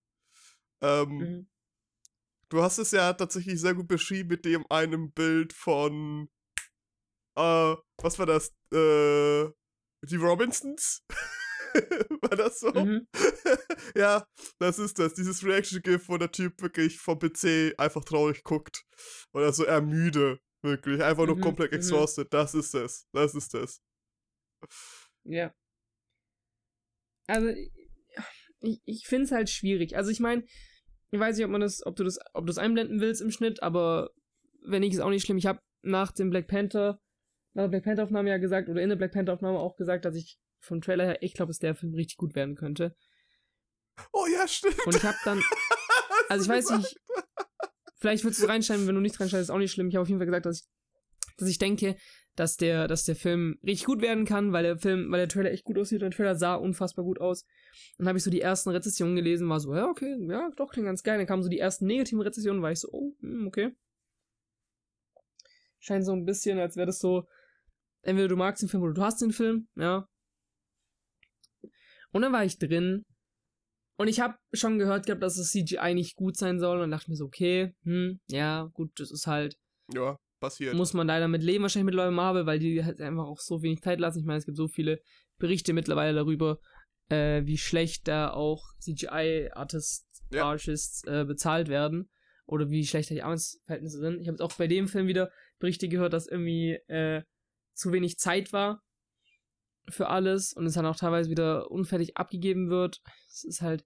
Du hast es ja tatsächlich sehr gut beschrieben mit dem einen Bild von was war das? Die Robinsons? War das so? Ja, das ist das. Dieses Reaction-GIF, wo der Typ wirklich vom PC einfach traurig guckt. Oder so ermüde. Wirklich. Einfach nur komplett exhausted. Das ist das. Das ist das. Ja. Also, ich finde es halt schwierig. Also, ich meine, ich weiß nicht, ob du das einblenden willst im Schnitt, aber wenn nicht, ist auch nicht schlimm. Ich habe nach der Black Panther-Aufnahme ja gesagt, oder in der Black Panther-Aufnahme auch gesagt, dass ich vom Trailer her echt glaube, dass der Film richtig gut werden könnte. Oh ja, stimmt. Und ich habe dann, also ich weiß nicht, vielleicht würdest du es reinschreiben, wenn du nichts reinschreibst, ist auch nicht schlimm. Ich habe auf jeden Fall gesagt, dass ich denke, dass der Film richtig gut werden kann, weil der Trailer echt gut aussieht und der Trailer sah unfassbar gut aus. Und dann habe ich so die ersten Rezensionen gelesen, war so, ja, okay, ja, doch, klingt ganz geil. Dann kamen so die ersten negativen Rezensionen, war ich so, oh, okay. Scheint so ein bisschen, als wäre das so, entweder du magst den Film oder du hast den Film, ja. Und dann war ich drin und ich habe schon gehört gehabt, dass das CGI nicht gut sein soll und dachte mir so, okay, ja, gut, das ist halt, ja, passiert. Muss man leider mit leben, wahrscheinlich mittlerweile Marvel, weil die halt einfach auch so wenig Zeit lassen. Ich meine, es gibt so viele Berichte mittlerweile darüber, wie schlecht da auch CGI-Artists bezahlt werden oder wie schlecht die Arbeitsverhältnisse sind. Ich habe jetzt auch bei dem Film wieder Berichte gehört, dass irgendwie zu wenig Zeit war für alles und es dann auch teilweise wieder unfertig abgegeben wird. Es ist halt,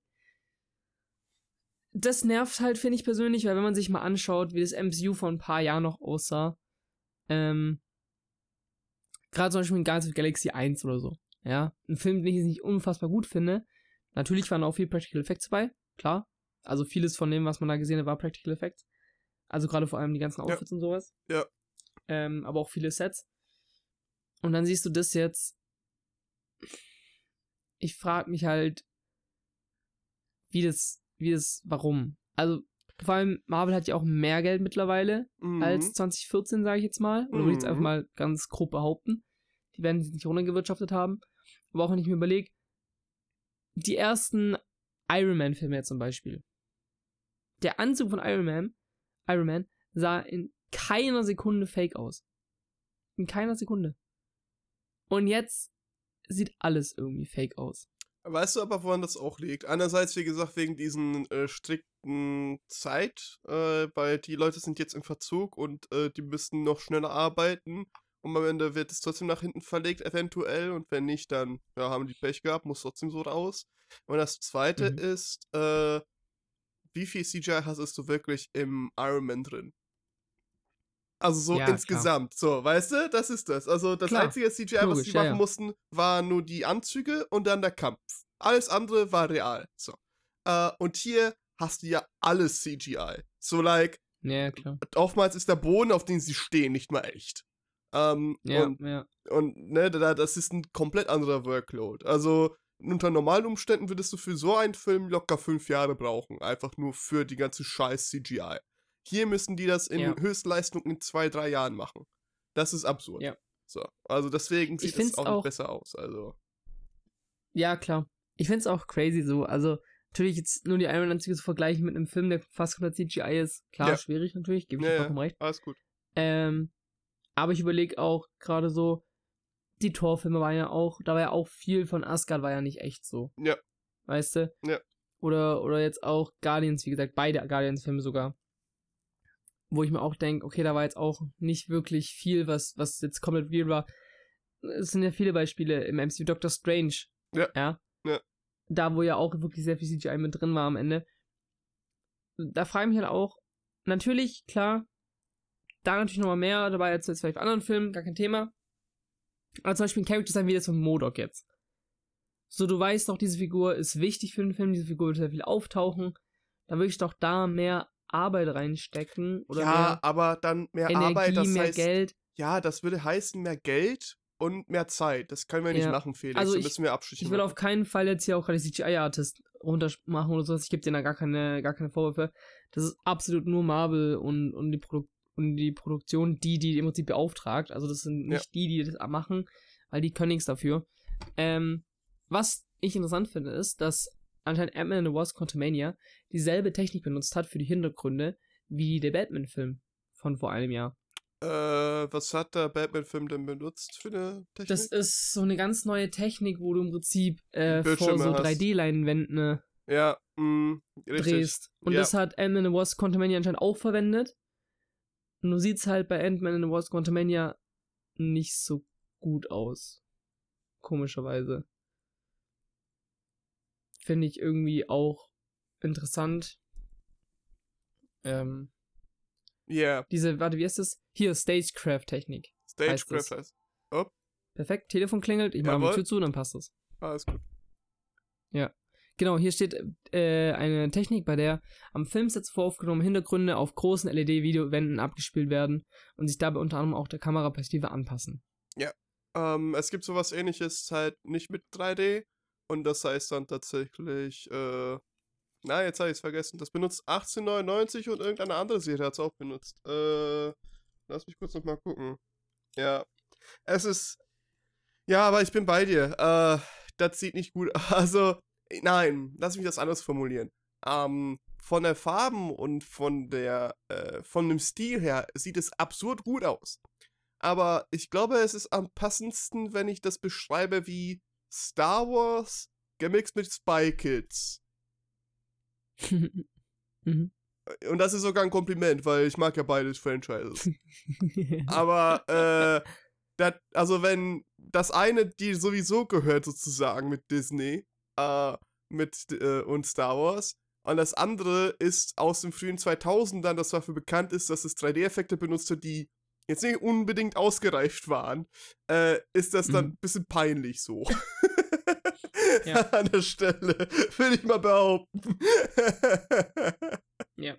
das nervt halt, finde ich persönlich, weil wenn man sich mal anschaut, wie das MCU vor ein paar Jahren noch aussah, gerade zum Beispiel in Guardians of the Galaxy 1 oder so, ja, ein Film, den ich nicht unfassbar gut finde. Natürlich waren auch viel Practical Effects dabei, klar. Also vieles von dem, was man da gesehen hat, war Practical Effects. Also gerade vor allem die ganzen Outfits und sowas. Ja. Aber auch viele Sets. Und dann siehst du das jetzt. Ich frage mich halt, warum? Also, vor allem, Marvel hat ja auch mehr Geld mittlerweile als 2014, sage ich jetzt mal. Oder würde ich jetzt einfach mal ganz grob behaupten. Die werden sich nicht runtergewirtschaftet haben. Aber auch wenn ich mir überlege, die ersten Iron Man-Filme jetzt zum Beispiel. Der Anzug von Iron Man sah in keiner Sekunde fake aus. In keiner Sekunde. Und jetzt sieht alles irgendwie fake aus. Weißt du aber, woran das auch liegt? Einerseits, wie gesagt, wegen diesen strikten Zeit, weil die Leute sind jetzt im Verzug und die müssen noch schneller arbeiten und am Ende wird es trotzdem nach hinten verlegt, eventuell, und wenn nicht, dann haben die Pech gehabt, muss trotzdem so raus. Und das Zweite ist, wie viel CGI hast du wirklich im Iron Man drin? Also so insgesamt, klar. So, weißt du, das ist das. Also das einzige CGI, was die machen mussten, war nur die Anzüge und dann der Kampf. Alles andere war real. So. Und hier hast du ja alles CGI. So like, ja, klar. Oftmals ist der Boden, auf dem sie stehen, nicht mal echt. Und ne, das ist ein komplett anderer Workload. Also unter normalen Umständen würdest du für so einen Film locker 5 Jahre brauchen. Einfach nur für die ganze scheiß CGI. Hier müssen die das in Höchstleistung in 2-3 Jahren machen. Das ist absurd. Ja. So, also deswegen sieht es auch nicht besser aus. Also. Ja, klar. Ich find's auch crazy so. Also, Natürlich jetzt nur die Iron Man Anzüge zu vergleichen mit einem Film, der fast komplett CGI ist. Klar, schwierig natürlich, gebe ich dir vollkommen recht. Alles gut. Aber ich überlege auch gerade so, die Thor-Filme waren ja auch, da war ja auch viel von Asgard, war ja nicht echt so. Ja. Weißt du? Ja. Oder jetzt auch Guardians, wie gesagt, beide Guardians-Filme sogar. Wo ich mir auch denke, okay, da war jetzt auch nicht wirklich viel, was jetzt komplett real war. Es sind ja viele Beispiele im MCU, Doctor Strange. Ja. Da, wo ja auch wirklich sehr viel CGI mit drin war am Ende. Da frage ich mich halt auch, natürlich, klar, da natürlich nochmal mehr, da war jetzt vielleicht bei anderen Filmen, gar kein Thema. Aber zum Beispiel ein Character sein wie das von MODOK jetzt. So, du weißt doch, diese Figur ist wichtig für den Film, diese Figur wird sehr viel auftauchen. Da würde ich doch da mehr Arbeit reinstecken. Oder mehr aber dann mehr Energie, Arbeit, das mehr heißt, Geld. Ja, das würde heißen mehr Geld und mehr Zeit. Das können wir nicht machen, Felix. Also da müssen wir abschließen. Ich will auf keinen Fall jetzt hier auch gerade CGI-Artist runtermachen oder sowas. Ich gebe dir da gar keine Vorwürfe. Das ist absolut nur Marvel und die Produktion, die im Prinzip beauftragt. Also das sind nicht die das machen, weil die können nichts dafür. Was ich interessant finde, ist, dass anscheinend Ant-Man and the Wasp Quantumania dieselbe Technik benutzt hat für die Hintergründe wie der Batman-Film von vor einem Jahr. Was hat der Batman-Film denn benutzt für eine Technik? Das ist so eine ganz neue Technik, wo du im Prinzip vor so hast. 3D-Leinwänden drehst. Und das hat Ant-Man and the Wasp Quantumania anscheinend auch verwendet. Nur sieht's halt bei Ant-Man and the Wasp Quantumania nicht so gut aus. Komischerweise. Finde ich irgendwie auch interessant. Diese, warte, wie heißt das? Hier, Stagecraft-Technik. Stagecraft heißt. Oh. Perfekt, Telefon klingelt, ich mache die Tür zu, dann passt es. Alles gut. Ja. Genau, hier steht eine Technik, bei der am Filmset zuvor aufgenommene Hintergründe auf großen LED-Videowänden abgespielt werden und sich dabei unter anderem auch der Kameraperspektive anpassen. Ja. Es gibt sowas ähnliches halt nicht mit 3D und das heißt dann tatsächlich, jetzt habe ich es vergessen. Das benutzt 1899 und irgendeine andere Serie hat es auch benutzt. Lass mich kurz nochmal gucken. Ja. Es ist. Ja, aber ich bin bei dir. Das sieht nicht gut aus. Also, nein, lass mich das anders formulieren. Von der Farben und von dem Stil her sieht es absurd gut aus. Aber ich glaube, es ist am passendsten, wenn ich das beschreibe wie Star Wars gemixt mit Spy Kids. Und das ist sogar ein Kompliment, weil ich mag ja beide Franchises. Aber, also wenn das eine die sowieso gehört sozusagen mit Disney, und Star Wars, und das andere ist aus dem frühen 2000ern, das dafür bekannt ist, dass es 3D-Effekte benutzte, die jetzt nicht unbedingt ausgereift waren, ist das dann ein bisschen peinlich so. An der Stelle, will ich mal behaupten. Ja.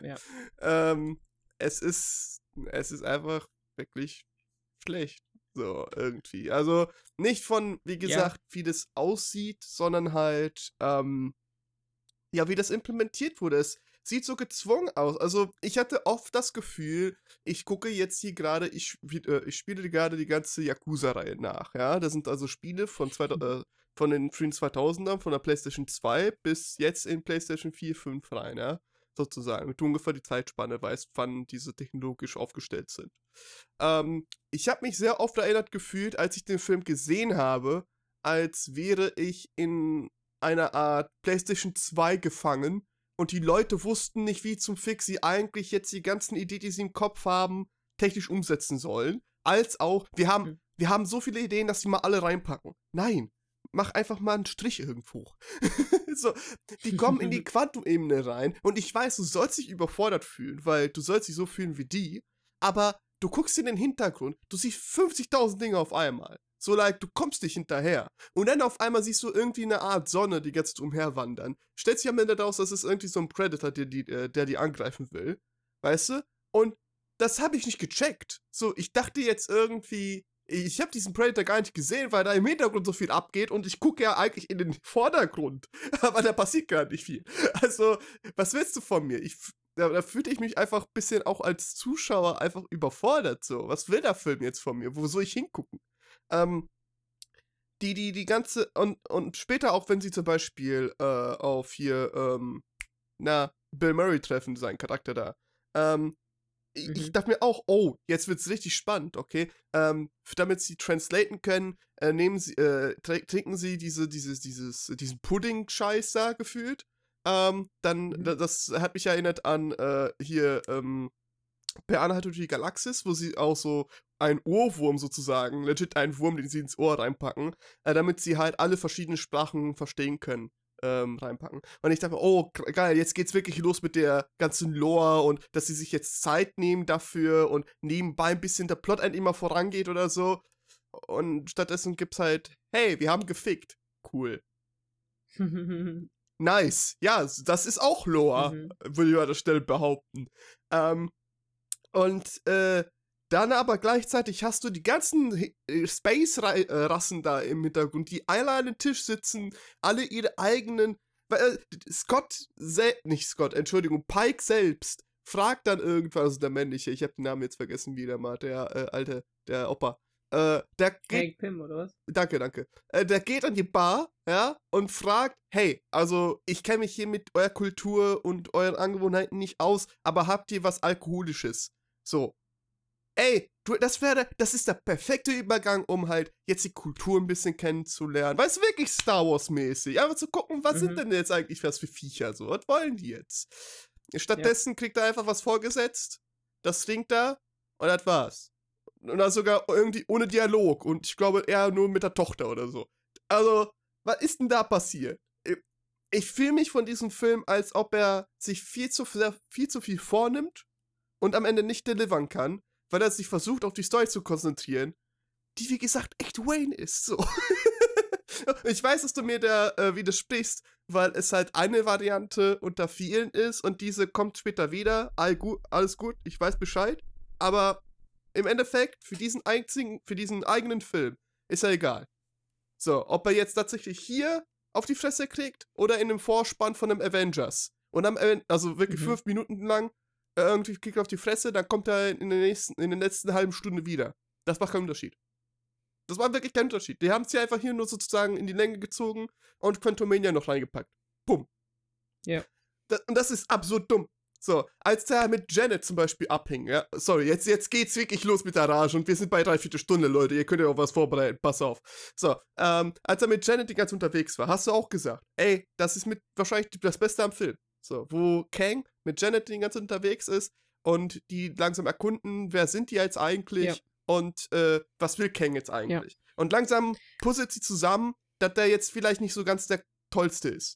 Es ist einfach wirklich schlecht, so irgendwie. Also nicht von, wie gesagt, wie das aussieht, sondern halt, wie das implementiert wurde. Es sieht so gezwungen aus. Also ich hatte oft das Gefühl, ich gucke jetzt hier gerade, ich spiele gerade die ganze Yakuza-Reihe nach, ja. Das sind also Spiele von den frühen 2000ern, von der PlayStation 2 bis jetzt in PlayStation 4, 5 rein, ja. Sozusagen. Mit ungefähr die Zeitspanne weißt, wann diese technologisch aufgestellt sind. Ich habe mich sehr oft erinnert gefühlt, als ich den Film gesehen habe, als wäre ich in einer Art PlayStation 2 gefangen und die Leute wussten nicht, wie zum Fix sie eigentlich jetzt die ganzen Ideen, die sie im Kopf haben, technisch umsetzen sollen. Als auch, wir haben so viele Ideen, dass sie mal alle reinpacken. Nein, mach einfach mal einen Strich irgendwo. So, die kommen in die Quantum-Ebene rein und ich weiß, du sollst dich überfordert fühlen, weil du sollst dich so fühlen wie die, aber du guckst in den Hintergrund, du siehst 50.000 Dinge auf einmal. So, du kommst nicht hinterher. Und dann auf einmal siehst du irgendwie eine Art Sonne, die jetzt umherwandern. Stellt sich am Ende raus, das ist irgendwie so ein Predator, der die angreifen will. Weißt du? Und das habe ich nicht gecheckt. So, ich dachte jetzt irgendwie, ich habe diesen Predator gar nicht gesehen, weil da im Hintergrund so viel abgeht und ich gucke ja eigentlich in den Vordergrund. Aber da passiert gar nicht viel. Also, was willst du von mir? Da fühlte ich mich einfach ein bisschen auch als Zuschauer einfach überfordert. So, was will der Film jetzt von mir? Wo soll ich hingucken? die ganze, und später auch, wenn sie zum Beispiel auf hier, Bill Murray treffen, sein Charakter da, ich dachte mir auch, oh, jetzt wird's richtig spannend, okay? Damit sie translaten können, trinken sie diesen Pudding-Scheiß da gefühlt. Das hat mich erinnert an hier, Per Anhalter durch die Galaxis, wo sie auch so einen Ohrwurm sozusagen, legit einen Wurm, den sie ins Ohr reinpacken, damit sie halt alle verschiedenen Sprachen verstehen können, reinpacken. Und ich dachte, oh, geil, jetzt geht's wirklich los mit der ganzen Lore und dass sie sich jetzt Zeit nehmen dafür und nebenbei ein bisschen der Plot endlich mal vorangeht oder so. Und stattdessen gibt's halt, hey, wir haben gefickt. Cool. Nice. Ja, das ist auch Lore, würde ich an der Stelle behaupten. Dann aber gleichzeitig hast du die ganzen Space-Rassen da im Hintergrund, die alle an den Tisch sitzen, alle ihre eigenen. Pike selbst fragt dann irgendwas, also der männliche, ich habe den Namen jetzt vergessen wieder mal, der Opa. Der geht, Hank Pym, oder was? Danke. Der geht an die Bar, ja, und fragt, hey, also ich kenne mich hier mit eurer Kultur und euren Angewohnheiten nicht aus, aber habt ihr was Alkoholisches? So. Ey, das ist der perfekte Übergang, um halt jetzt die Kultur ein bisschen kennenzulernen. Weißt du, wirklich Star Wars-mäßig. Einfach zu gucken, was sind denn jetzt eigentlich was für Viecher so? Was wollen die jetzt? Stattdessen kriegt er einfach was vorgesetzt, das trinkt er und das war's. Und das sogar irgendwie ohne Dialog und ich glaube eher nur mit der Tochter oder so. Also, was ist denn da passiert? Ich fühle mich von diesem Film, als ob er sich viel zu viel vornimmt und am Ende nicht delivern kann, weil er sich versucht, auf die Story zu konzentrieren, die, wie gesagt, echt Wayne ist. So. Ich weiß, dass du mir da widersprichst, weil es halt eine Variante unter vielen ist und diese kommt später wieder. Alles gut, ich weiß Bescheid. Aber im Endeffekt, für diesen eigenen Film, ist er egal. So, ob er jetzt tatsächlich hier auf die Fresse kriegt oder in dem Vorspann von einem Avengers. Und also wirklich 5 Minuten lang irgendwie kriegt er auf die Fresse, dann kommt er in der letzten halben Stunde wieder. Das macht keinen Unterschied. Das war wirklich kein Unterschied. Die haben es hier einfach hier nur sozusagen in die Länge gezogen und Quantumania noch reingepackt. Bumm. Ja. Und das ist absurd dumm. So, als der mit Janet zum Beispiel abhing, ja, sorry, jetzt geht's wirklich los mit der Rage und wir sind bei 3/4 Stunde, Leute, ihr könnt ja auch was vorbereiten, pass auf. So, als er mit Janet die ganze unterwegs war, hast du auch gesagt, ey, das ist mit wahrscheinlich das Beste am Film. So, wo Kang mit Janet die ganze unterwegs ist und die langsam erkunden, wer sind die jetzt eigentlich und was will Kang jetzt eigentlich. Ja. Und langsam puzzelt sie zusammen, dass der jetzt vielleicht nicht so ganz der Tollste ist.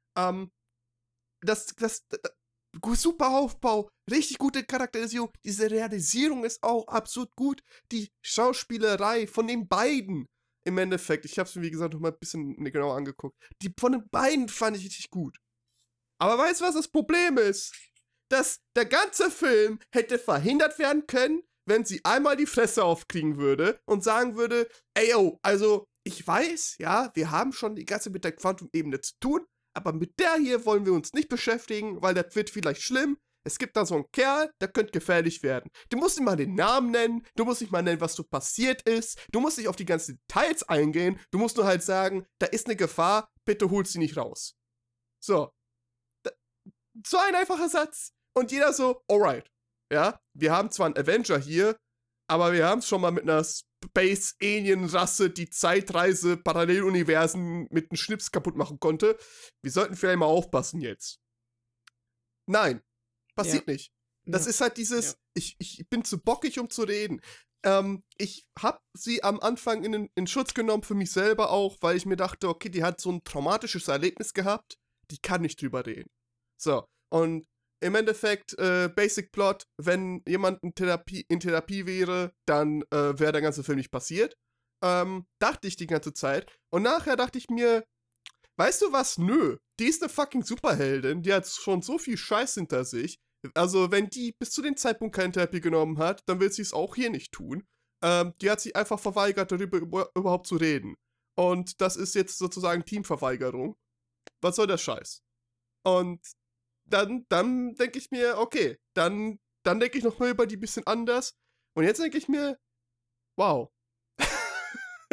Super Aufbau, richtig gute Charakterisierung. Diese Realisierung ist auch absolut gut. Die Schauspielerei von den beiden im Endeffekt, ich habe es mir wie gesagt noch mal ein bisschen genauer angeguckt, die von den beiden fand ich richtig gut. Aber weißt du, was das Problem ist? Dass der ganze Film hätte verhindert werden können, wenn sie einmal die Fresse aufkriegen würde und sagen würde, ey yo, also ich weiß, ja, wir haben schon die ganze mit der Quantum-Ebene zu tun, aber mit der hier wollen wir uns nicht beschäftigen, weil das wird vielleicht schlimm. Es gibt da so einen Kerl, der könnte gefährlich werden. Du musst nicht mal den Namen nennen, du musst nicht mal nennen, was so passiert ist, du musst nicht auf die ganzen Details eingehen, du musst nur halt sagen, da ist eine Gefahr, bitte holt sie nicht raus. So. So ein einfacher Satz. Und jeder so, alright. Ja, wir haben zwar einen Avenger hier, aber wir haben es schon mal mit einer Space-Alien-Rasse, die Zeitreise, Paralleluniversen mit einem Schnips kaputt machen konnte. Wir sollten vielleicht mal aufpassen jetzt. Nein, passiert nicht. Das ist halt dieses, ich bin zu bockig, um zu reden. Ich hab sie am Anfang in Schutz genommen für mich selber auch, weil ich mir dachte, okay, die hat so ein traumatisches Erlebnis gehabt, die kann nicht drüber reden. So, und im Endeffekt, Basic Plot, wenn jemand in Therapie wäre, dann wäre der ganze Film nicht passiert. Dachte ich die ganze Zeit. Und nachher dachte ich mir, weißt du was? Nö. Die ist eine fucking Superheldin. Die hat schon so viel Scheiß hinter sich. Also, wenn die bis zu dem Zeitpunkt keine Therapie genommen hat, dann will sie es auch hier nicht tun. Die hat sich einfach verweigert, darüber überhaupt zu reden. Und das ist jetzt sozusagen Teamverweigerung. Was soll der Scheiß? Und dann denke ich mir, okay, dann denke ich nochmal über die ein bisschen anders. Und jetzt denke ich mir, wow.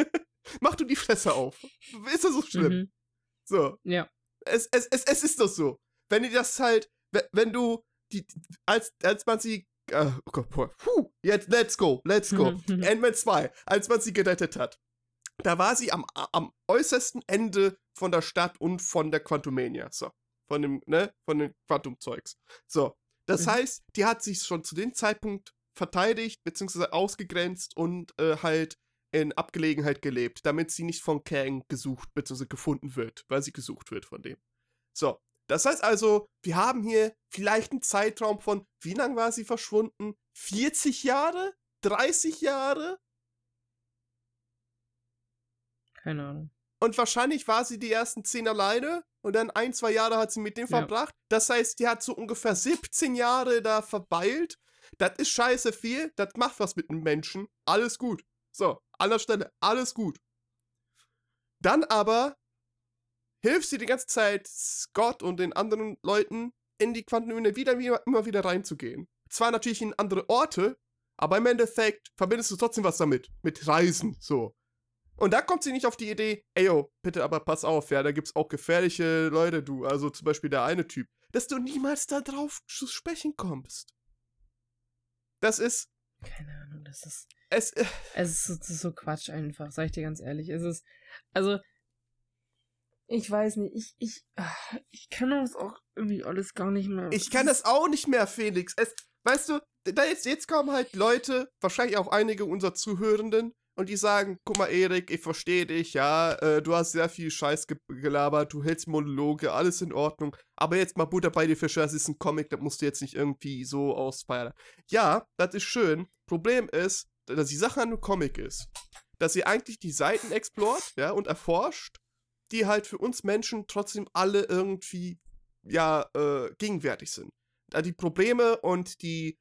Mach du die Fresse auf. Ist das so schlimm? Mhm. So. Ja. Es ist doch so. Wenn die das halt, wenn du als man sie, oh Gott, jetzt let's go. Ant-Man 2, als man sie gerettet hat, da war sie am äußersten Ende von der Stadt und von der Quantumania, so, von dem Quantum-Zeugs. So, das heißt, die hat sich schon zu dem Zeitpunkt verteidigt, beziehungsweise ausgegrenzt und halt in Abgelegenheit gelebt, damit sie nicht von Kang gesucht, beziehungsweise gefunden wird, weil sie gesucht wird von dem. So, das heißt also, wir haben hier vielleicht einen Zeitraum von, wie lange war sie verschwunden? 40 Jahre? 30 Jahre? Keine Ahnung. Und wahrscheinlich war sie die ersten 10 alleine und dann 1-2 Jahre hat sie mit dem verbracht. Das heißt, die hat so ungefähr 17 Jahre da verweilt. Das ist scheiße viel, das macht was mit einem Menschen. Alles gut. So, an der Stelle, alles gut. Dann aber hilft sie die ganze Zeit Scott und den anderen Leuten in die Quantenebene immer wieder reinzugehen. Zwar natürlich in andere Orte, aber im Endeffekt verbindest du trotzdem was damit. Mit Reisen, so. Und da kommt sie nicht auf die Idee, ey yo, bitte aber pass auf, ja, da gibt's auch gefährliche Leute, du, also zum Beispiel der eine Typ, dass du niemals da drauf zu sprechen kommst. Das ist... Keine Ahnung, das ist... Es ist so Quatsch einfach, sag ich dir ganz ehrlich. Es ist, also, ich weiß nicht, ich kann das auch irgendwie alles gar nicht mehr. Ich kann das auch nicht mehr, Felix. Weißt du, jetzt kommen halt Leute, wahrscheinlich auch einige unserer Zuhörenden, und die sagen, guck mal, Erik, ich verstehe dich, ja, du hast sehr viel Scheiß gelabert, du hältst Monologe, alles in Ordnung, aber jetzt mal Butter bei die Fische, das ist ein Comic, das musst du jetzt nicht irgendwie so ausfeiern. Ja, das ist schön. Problem ist, dass die Sache an einem Comic ist, dass sie eigentlich die Seiten explort, ja, und erforscht, die halt für uns Menschen trotzdem alle irgendwie, ja, gegenwärtig sind. Die Probleme und die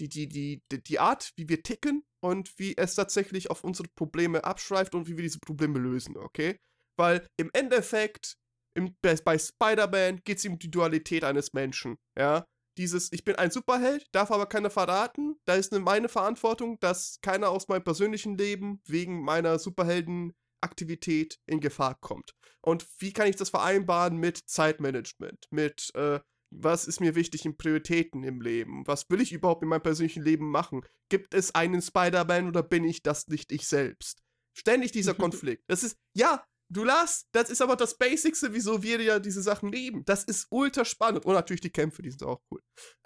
Art, wie wir ticken und wie es tatsächlich auf unsere Probleme abschreift und wie wir diese Probleme lösen, okay? Weil im Endeffekt, bei Spider-Man geht es um die Dualität eines Menschen, ja? Ich bin ein Superheld, darf aber keiner verraten, da ist meine Verantwortung, dass keiner aus meinem persönlichen Leben wegen meiner Superheldenaktivität in Gefahr kommt. Und wie kann ich das vereinbaren mit Zeitmanagement, mit, was ist mir wichtig in Prioritäten im Leben? Was will ich überhaupt in meinem persönlichen Leben machen? Gibt es einen Spider-Man oder bin ich das nicht ich selbst? Ständig dieser Konflikt. Das ist, ja, das ist aber das Basicste, wieso wir ja diese Sachen lieben. Das ist ultra spannend. Und natürlich die Kämpfe, die sind auch cool.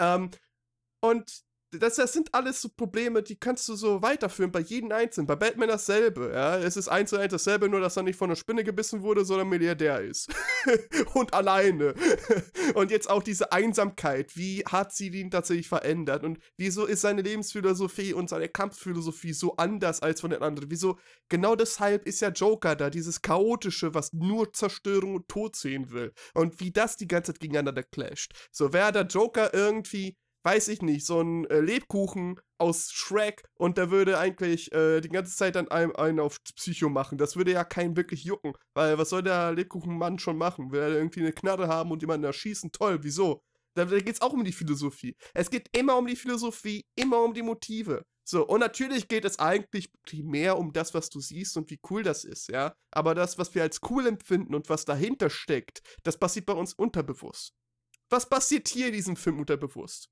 Und das sind alles so Probleme, die kannst du so weiterführen bei jedem Einzelnen. Bei Batman dasselbe, ja. Es ist 1:1 dasselbe, nur dass er nicht von einer Spinne gebissen wurde, sondern Milliardär ist. Und alleine. Und jetzt auch diese Einsamkeit. Wie hat sie ihn tatsächlich verändert? Und wieso ist seine Lebensphilosophie und seine Kampfphilosophie so anders als von den anderen? Wieso? Genau deshalb ist ja Joker da, dieses Chaotische, was nur Zerstörung und Tod sehen will. Und wie das die ganze Zeit gegeneinander clasht. So, wäre der Joker irgendwie, weiß ich nicht, so ein Lebkuchen aus Shrek und der würde eigentlich die ganze Zeit dann einen auf Psycho machen. Das würde ja keinen wirklich jucken, weil was soll der Lebkuchenmann schon machen? Will er irgendwie eine Knarre haben und jemanden erschießen? Toll, wieso? Da geht's auch um die Philosophie. Es geht immer um die Philosophie, immer um die Motive. So, und natürlich geht es eigentlich primär um das, was du siehst und wie cool das ist, ja. Aber das, was wir als cool empfinden und was dahinter steckt, das passiert bei uns unterbewusst. Was passiert hier in diesem Film unterbewusst?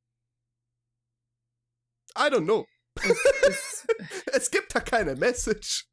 I don't know. Es gibt da keine Message.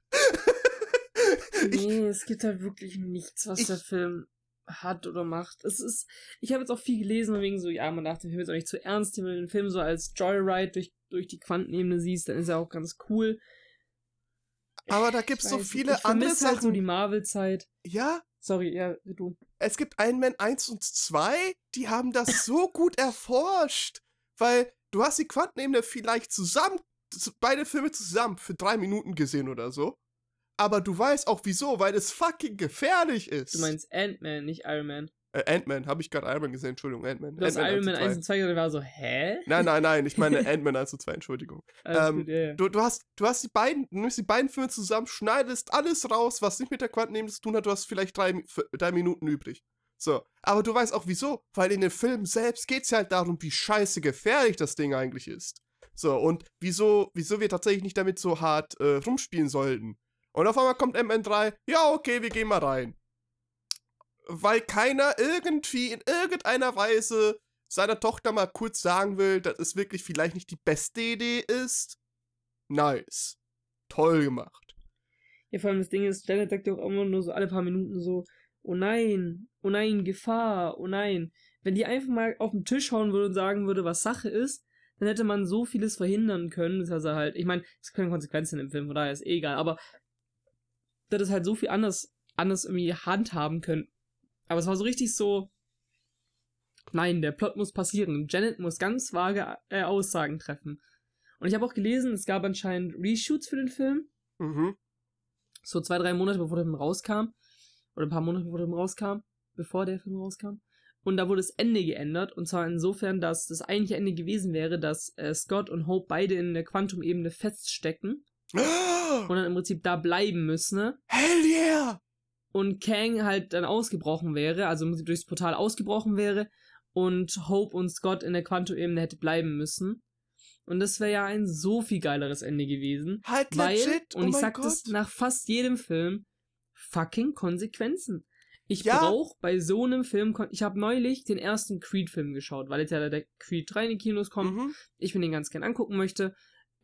Nee, es gibt halt wirklich nichts, was der Film hat oder macht. Ich habe jetzt auch viel gelesen, wegen so, ja, man darf den Film jetzt auch nicht zu ernst nehmen, wenn du den Film so als Joyride durch die Quantenebene siehst, dann ist er auch ganz cool. Aber da gibt's so viele andere Sachen. Halt so die Marvel-Zeit. Ja? Sorry, ja, du. Es gibt Iron Man 1 und 2, die haben das so gut erforscht, weil du hast die Quantenebene vielleicht beide Filme zusammen für 3 Minuten gesehen oder so. Aber du weißt auch wieso, weil es fucking gefährlich ist. Du meinst Ant-Man, nicht Iron Man. Ant-Man, habe ich gerade Iron Man gesehen, Entschuldigung, Ant-Man. Du hast Iron Man 1 und 2 gesagt, war so, hä? Nein, ich meine Ant-Man 1 und 2, Entschuldigung. Gut, ja. Du nimmst die beiden Filme zusammen, schneidest alles raus, was nicht mit der Quantenebene zu tun hat, du hast vielleicht 3 Minuten übrig. So, aber du weißt auch wieso, weil in dem Film selbst geht es ja halt darum, wie scheiße gefährlich das Ding eigentlich ist. So, und wieso wir tatsächlich nicht damit so hart rumspielen sollten. Und auf einmal kommt MN3, ja, okay, wir gehen mal rein. Weil keiner irgendwie in irgendeiner Weise seiner Tochter mal kurz sagen will, dass es wirklich vielleicht nicht die beste Idee ist. Nice. Toll gemacht. Ja, vor allem das Ding ist, Janet sagt ja auch immer nur so alle paar Minuten so, oh nein, Gefahr, oh nein. Wenn die einfach mal auf den Tisch hauen würde und sagen würde, was Sache ist, dann hätte man so vieles verhindern können. Das heißt halt, ich meine, es können Konsequenzen im Film, von daher ist egal, aber das ist halt so viel anders irgendwie handhaben können. Aber es war so richtig so, nein, der Plot muss passieren. Janet muss ganz vage Aussagen treffen. Und ich habe auch gelesen, es gab anscheinend Reshoots für den Film. Mhm. So 2-3 Monate bevor der Film rauskam. Oder ein paar Monate bevor der Film rauskam. Und da wurde das Ende geändert. Und zwar insofern, dass das eigentliche Ende gewesen wäre, dass Scott und Hope beide in der Quantum-Ebene feststecken. Und dann im Prinzip da bleiben müssen. Ne? Hell yeah! Und Kang halt dann ausgebrochen wäre, also im Prinzip durchs Portal ausgebrochen wäre. Und Hope und Scott in der Quantum-Ebene hätte bleiben müssen. Und das wäre ja ein so viel geileres Ende gewesen. Halt weil, legit, und ich sag das nach fast jedem Film, fucking Konsequenzen. Ich brauch bei so einem Film, ich habe neulich den ersten Creed-Film geschaut, weil jetzt ja der Creed 3 in die Kinos kommt. Ich mir den ganz gern angucken möchte.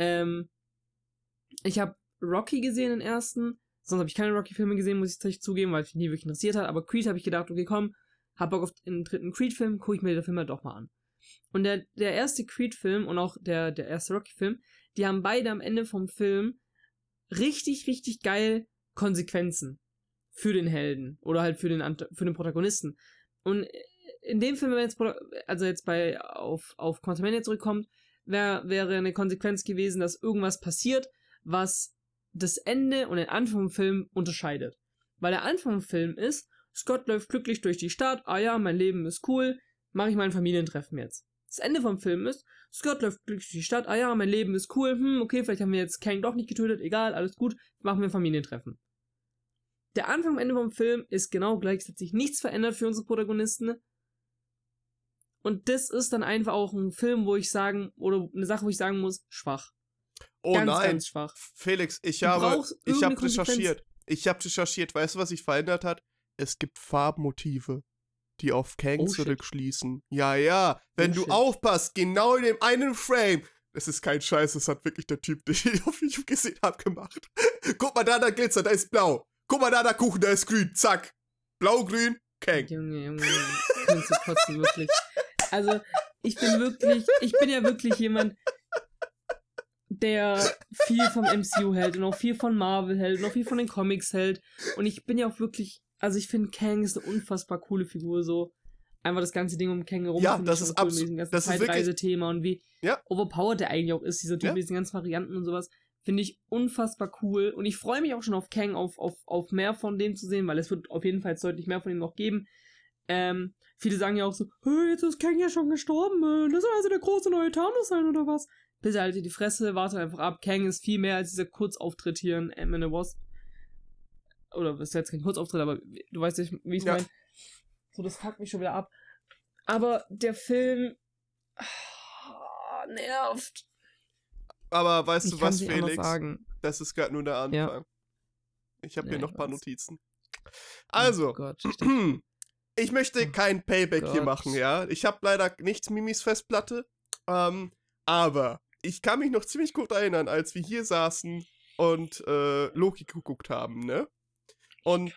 Ich habe Rocky gesehen, den ersten. Sonst habe ich keine Rocky-Filme gesehen, muss ich tatsächlich zugeben, weil es mich nie wirklich interessiert hat. Aber Creed habe ich gedacht, okay, komm, hab Bock auf den dritten Creed-Film, gucke ich mir den Film halt doch mal an. Und der erste Creed-Film und auch der erste Rocky-Film, die haben beide am Ende vom Film richtig, richtig geil Konsequenzen für den Helden oder halt für den Protagonisten. Und in dem Film, wenn man jetzt auf Quantumania zurückkommt, wäre eine Konsequenz gewesen, dass irgendwas passiert, was das Ende und den Anfang vom Film unterscheidet. Weil der Anfang vom Film ist, Scott läuft glücklich durch die Stadt, ah ja, mein Leben ist cool, mache ich mein Familientreffen jetzt. Das Ende vom Film ist, Scott läuft glücklich durch die Stadt, ah ja, mein Leben ist cool, okay, vielleicht haben wir jetzt Kang doch nicht getötet, egal, alles gut, machen wir ein Familientreffen. Der Anfang und Ende vom Film ist genau gleich, es hat sich nichts verändert für unsere Protagonisten. Und das ist dann einfach auch ein Film, wo ich sagen, oder eine Sache, wo ich sagen muss, schwach. Oh ganz, nein, ganz schwach. Felix, ich habe recherchiert. Ich habe recherchiert, weißt du, was sich verändert hat? Es gibt Farbmotive, die auf Kang zurückschließen. Ja, wenn du aufpasst, genau in dem einen Frame. Das ist kein Scheiß, das hat wirklich der Typ, den ich auf YouTube gesehen habe, gemacht. Guck mal da Glitzer, da ist blau. Guck mal da der Kuchen, da ist grün. Zack. Blau, grün, Kang. Junge. Kannst du kotzen, wirklich. Also, ich bin ja wirklich jemand, der viel vom MCU hält und auch viel von Marvel hält und auch viel von den Comics hält. Und ich bin ja auch wirklich, also ich finde Kang ist eine unfassbar coole Figur, so. Einfach das ganze Ding um Kang herum. Ja, das ist absolut. Mit diesem ganzen Zeitreise-Thema und wie overpowered der eigentlich auch ist, dieser Typ mit diesen ganzen Varianten und sowas. Finde ich unfassbar cool. Und ich freue mich auch schon auf Kang, auf mehr von dem zu sehen, weil es wird auf jeden Fall jetzt deutlich mehr von ihm noch geben. Viele sagen ja auch so, hey, jetzt ist Kang ja schon gestorben, das soll also der große neue Thanos sein oder was? Bitte halt die Fresse, warte einfach ab. Kang ist viel mehr als dieser Kurzauftritt hier in Ant-Man and the Wasp. Oder das ist jetzt kein Kurzauftritt, aber du weißt nicht, wie ich es meine. So, das fuckt mich schon wieder ab. Aber der Film nervt. Aber weißt du was, Felix? Sagen. Das ist gerade nur der Anfang. Ja. Ich habe hier noch ein paar Notizen. Also, oh Gott, ich möchte kein Payback hier machen, ja. Ich habe leider nicht Mimis Festplatte, aber ich kann mich noch ziemlich gut erinnern, als wir hier saßen und Loki geguckt haben, ne? Und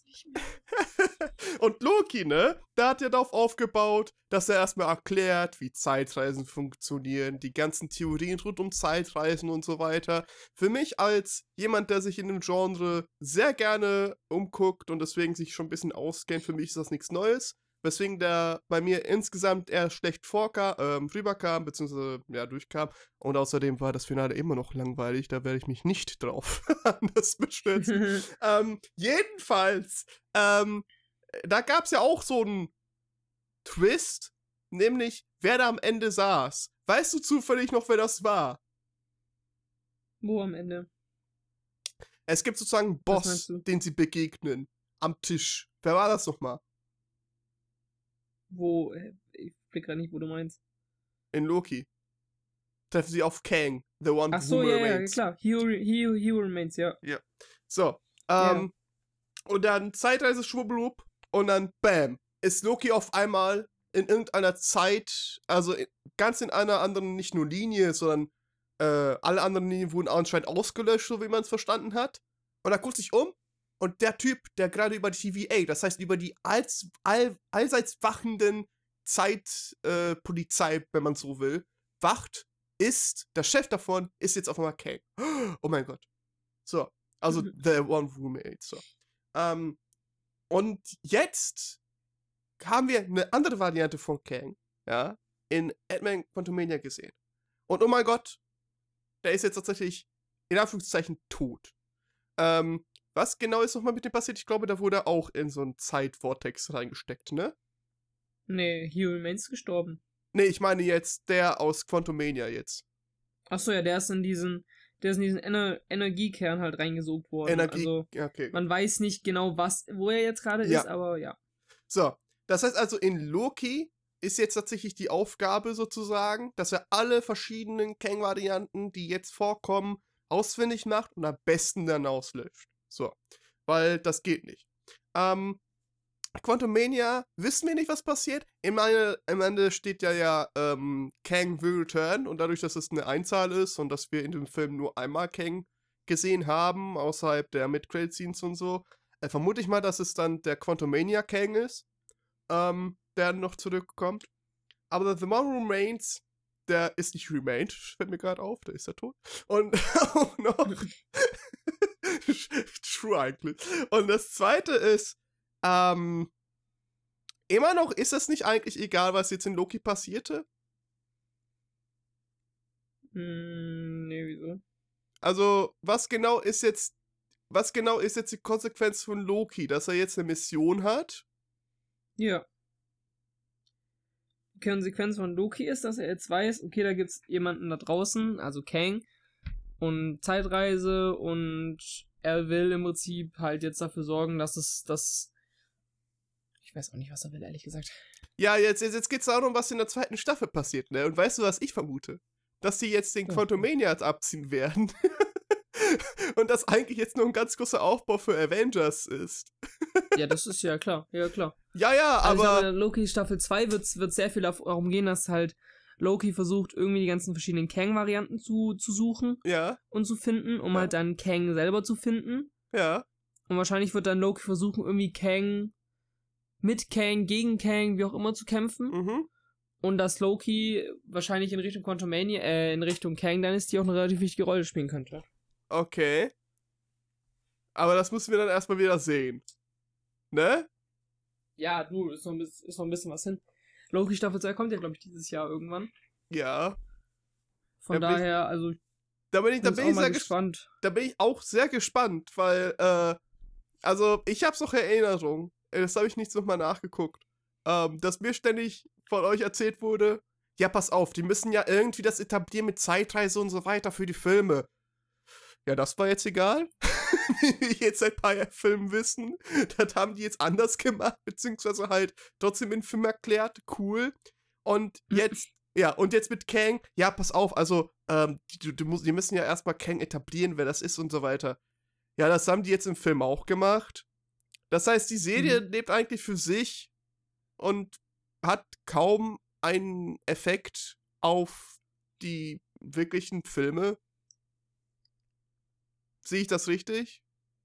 und Loki, ne, der hat ja darauf aufgebaut, dass er erstmal erklärt, wie Zeitreisen funktionieren, die ganzen Theorien rund um Zeitreisen und so weiter. Für mich als jemand, der sich in dem Genre sehr gerne umguckt und deswegen sich schon ein bisschen auskennt, für mich ist das nichts Neues. Weswegen der bei mir insgesamt eher schlecht rüberkam, beziehungsweise durchkam. Und außerdem war das Finale immer noch langweilig, da werde ich mich nicht drauf anders bestürzen. Jedenfalls, da gab es ja auch so einen Twist, nämlich wer da am Ende saß. Weißt du zufällig noch, wer das war? Wo am Ende? Es gibt sozusagen einen Boss, den sie begegnen. Am Tisch. Wer war das nochmal? Wo? Ich blick gerade nicht, wo du meinst. In Loki. Treffen sie auf Kang, the one who remains. Ja, klar. He who remains, ja. Ja. So, und dann Zeitreise schwubbelub und dann bam, ist Loki auf einmal in irgendeiner Zeit, also ganz in einer anderen, nicht nur Linie, sondern alle anderen Linien wurden anscheinend ausgelöscht, so wie man es verstanden hat. Und er guckt sich um und der Typ, der gerade über die TVA, das heißt über die allseits wachenden Zeitpolizei, wenn man so will, wacht, ist, der Chef davon ist jetzt auf einmal Kang. Oh mein Gott. So, also the one roommate, so. Und jetzt haben wir eine andere Variante von Kang, ja, in Ant-Man Quantumania gesehen. Und oh mein Gott, der ist jetzt tatsächlich, in Anführungszeichen, tot. Was genau ist nochmal mit dem passiert? Ich glaube, da wurde er auch in so einen Zeitvortex reingesteckt, ne? Nee, He Remains gestorben. Nee, ich meine jetzt der aus Quantumania jetzt. Achso, ja, der ist in diesen Energiekern halt reingesogt worden. Also, okay. man weiß nicht genau, wo er jetzt gerade ist, aber ja. So, das heißt also, in Loki ist jetzt tatsächlich die Aufgabe sozusagen, dass er alle verschiedenen Kang-Varianten, die jetzt vorkommen, ausfindig macht und am besten dann auslöscht. So, weil das geht nicht. Quantumania, wissen wir nicht, was passiert. Am Ende steht ja Kang will return und dadurch, dass es eine Einzahl ist und dass wir in dem Film nur einmal Kang gesehen haben, außerhalb der Mid-Credit-Scenes und so, vermute ich mal, dass es dann der Quantumania Kang ist, der noch zurückkommt. Aber The One Remains, der ist nicht remained, fällt mir gerade auf, der ist ja tot. Und auch noch true eigentlich. Und das zweite ist, immer noch, ist es nicht eigentlich egal, was jetzt in Loki passierte? Nee, wieso? Also, was genau ist jetzt die Konsequenz von Loki, dass er jetzt eine Mission hat? Ja. Die Konsequenz von Loki ist, dass er jetzt weiß, okay, da gibt's jemanden da draußen, also Kang, und Zeitreise, und er will im Prinzip halt jetzt dafür sorgen, dass ich weiß auch nicht, was er will, ehrlich gesagt. Ja, jetzt geht's darum, was in der zweiten Staffel passiert, ne? Und weißt du, was ich vermute? Dass die jetzt den Quantumania abziehen werden. Und das eigentlich jetzt nur ein ganz großer Aufbau für Avengers ist. Ja, das ist ja klar. Ja, klar. Ja, also aber... Ich glaube, in Loki Staffel 2 wird sehr viel darum gehen, dass halt Loki versucht, irgendwie die ganzen verschiedenen Kang-Varianten zu suchen und zu finden, um halt dann Kang selber zu finden. Ja. Und wahrscheinlich wird dann Loki versuchen, irgendwie Kang mit Kang, gegen Kang, wie auch immer, zu kämpfen. Mhm. Und dass Loki wahrscheinlich in Richtung Quantumania, in Richtung Kang Dynasty auch eine relativ wichtige Rolle spielen könnte. Okay. Aber das müssen wir dann erstmal wieder sehen. Ne? Ja, du, ist noch ein bisschen was hin. Loki Staffel 2 kommt ja, glaube ich, dieses Jahr irgendwann. Ja. Von daher, also... Da bin ich sehr gespannt. Da bin ich auch sehr gespannt, weil, also, ich hab's noch Erinnerung. Das habe ich nicht nochmal nachgeguckt. Dass mir ständig von euch erzählt wurde, ja, pass auf, die müssen ja irgendwie das etablieren mit Zeitreise und so weiter für die Filme. Ja, das war jetzt egal. Wie wir jetzt seit ein paar Filmen wissen. Das haben die jetzt anders gemacht, beziehungsweise halt trotzdem in den Film erklärt. Cool. Und jetzt, und jetzt mit Kang, ja, pass auf, also, die müssen ja erstmal Kang etablieren, wer das ist und so weiter. Ja, das haben die jetzt im Film auch gemacht. Das heißt, die Serie lebt eigentlich für sich und hat kaum einen Effekt auf die wirklichen Filme. Sehe ich das richtig?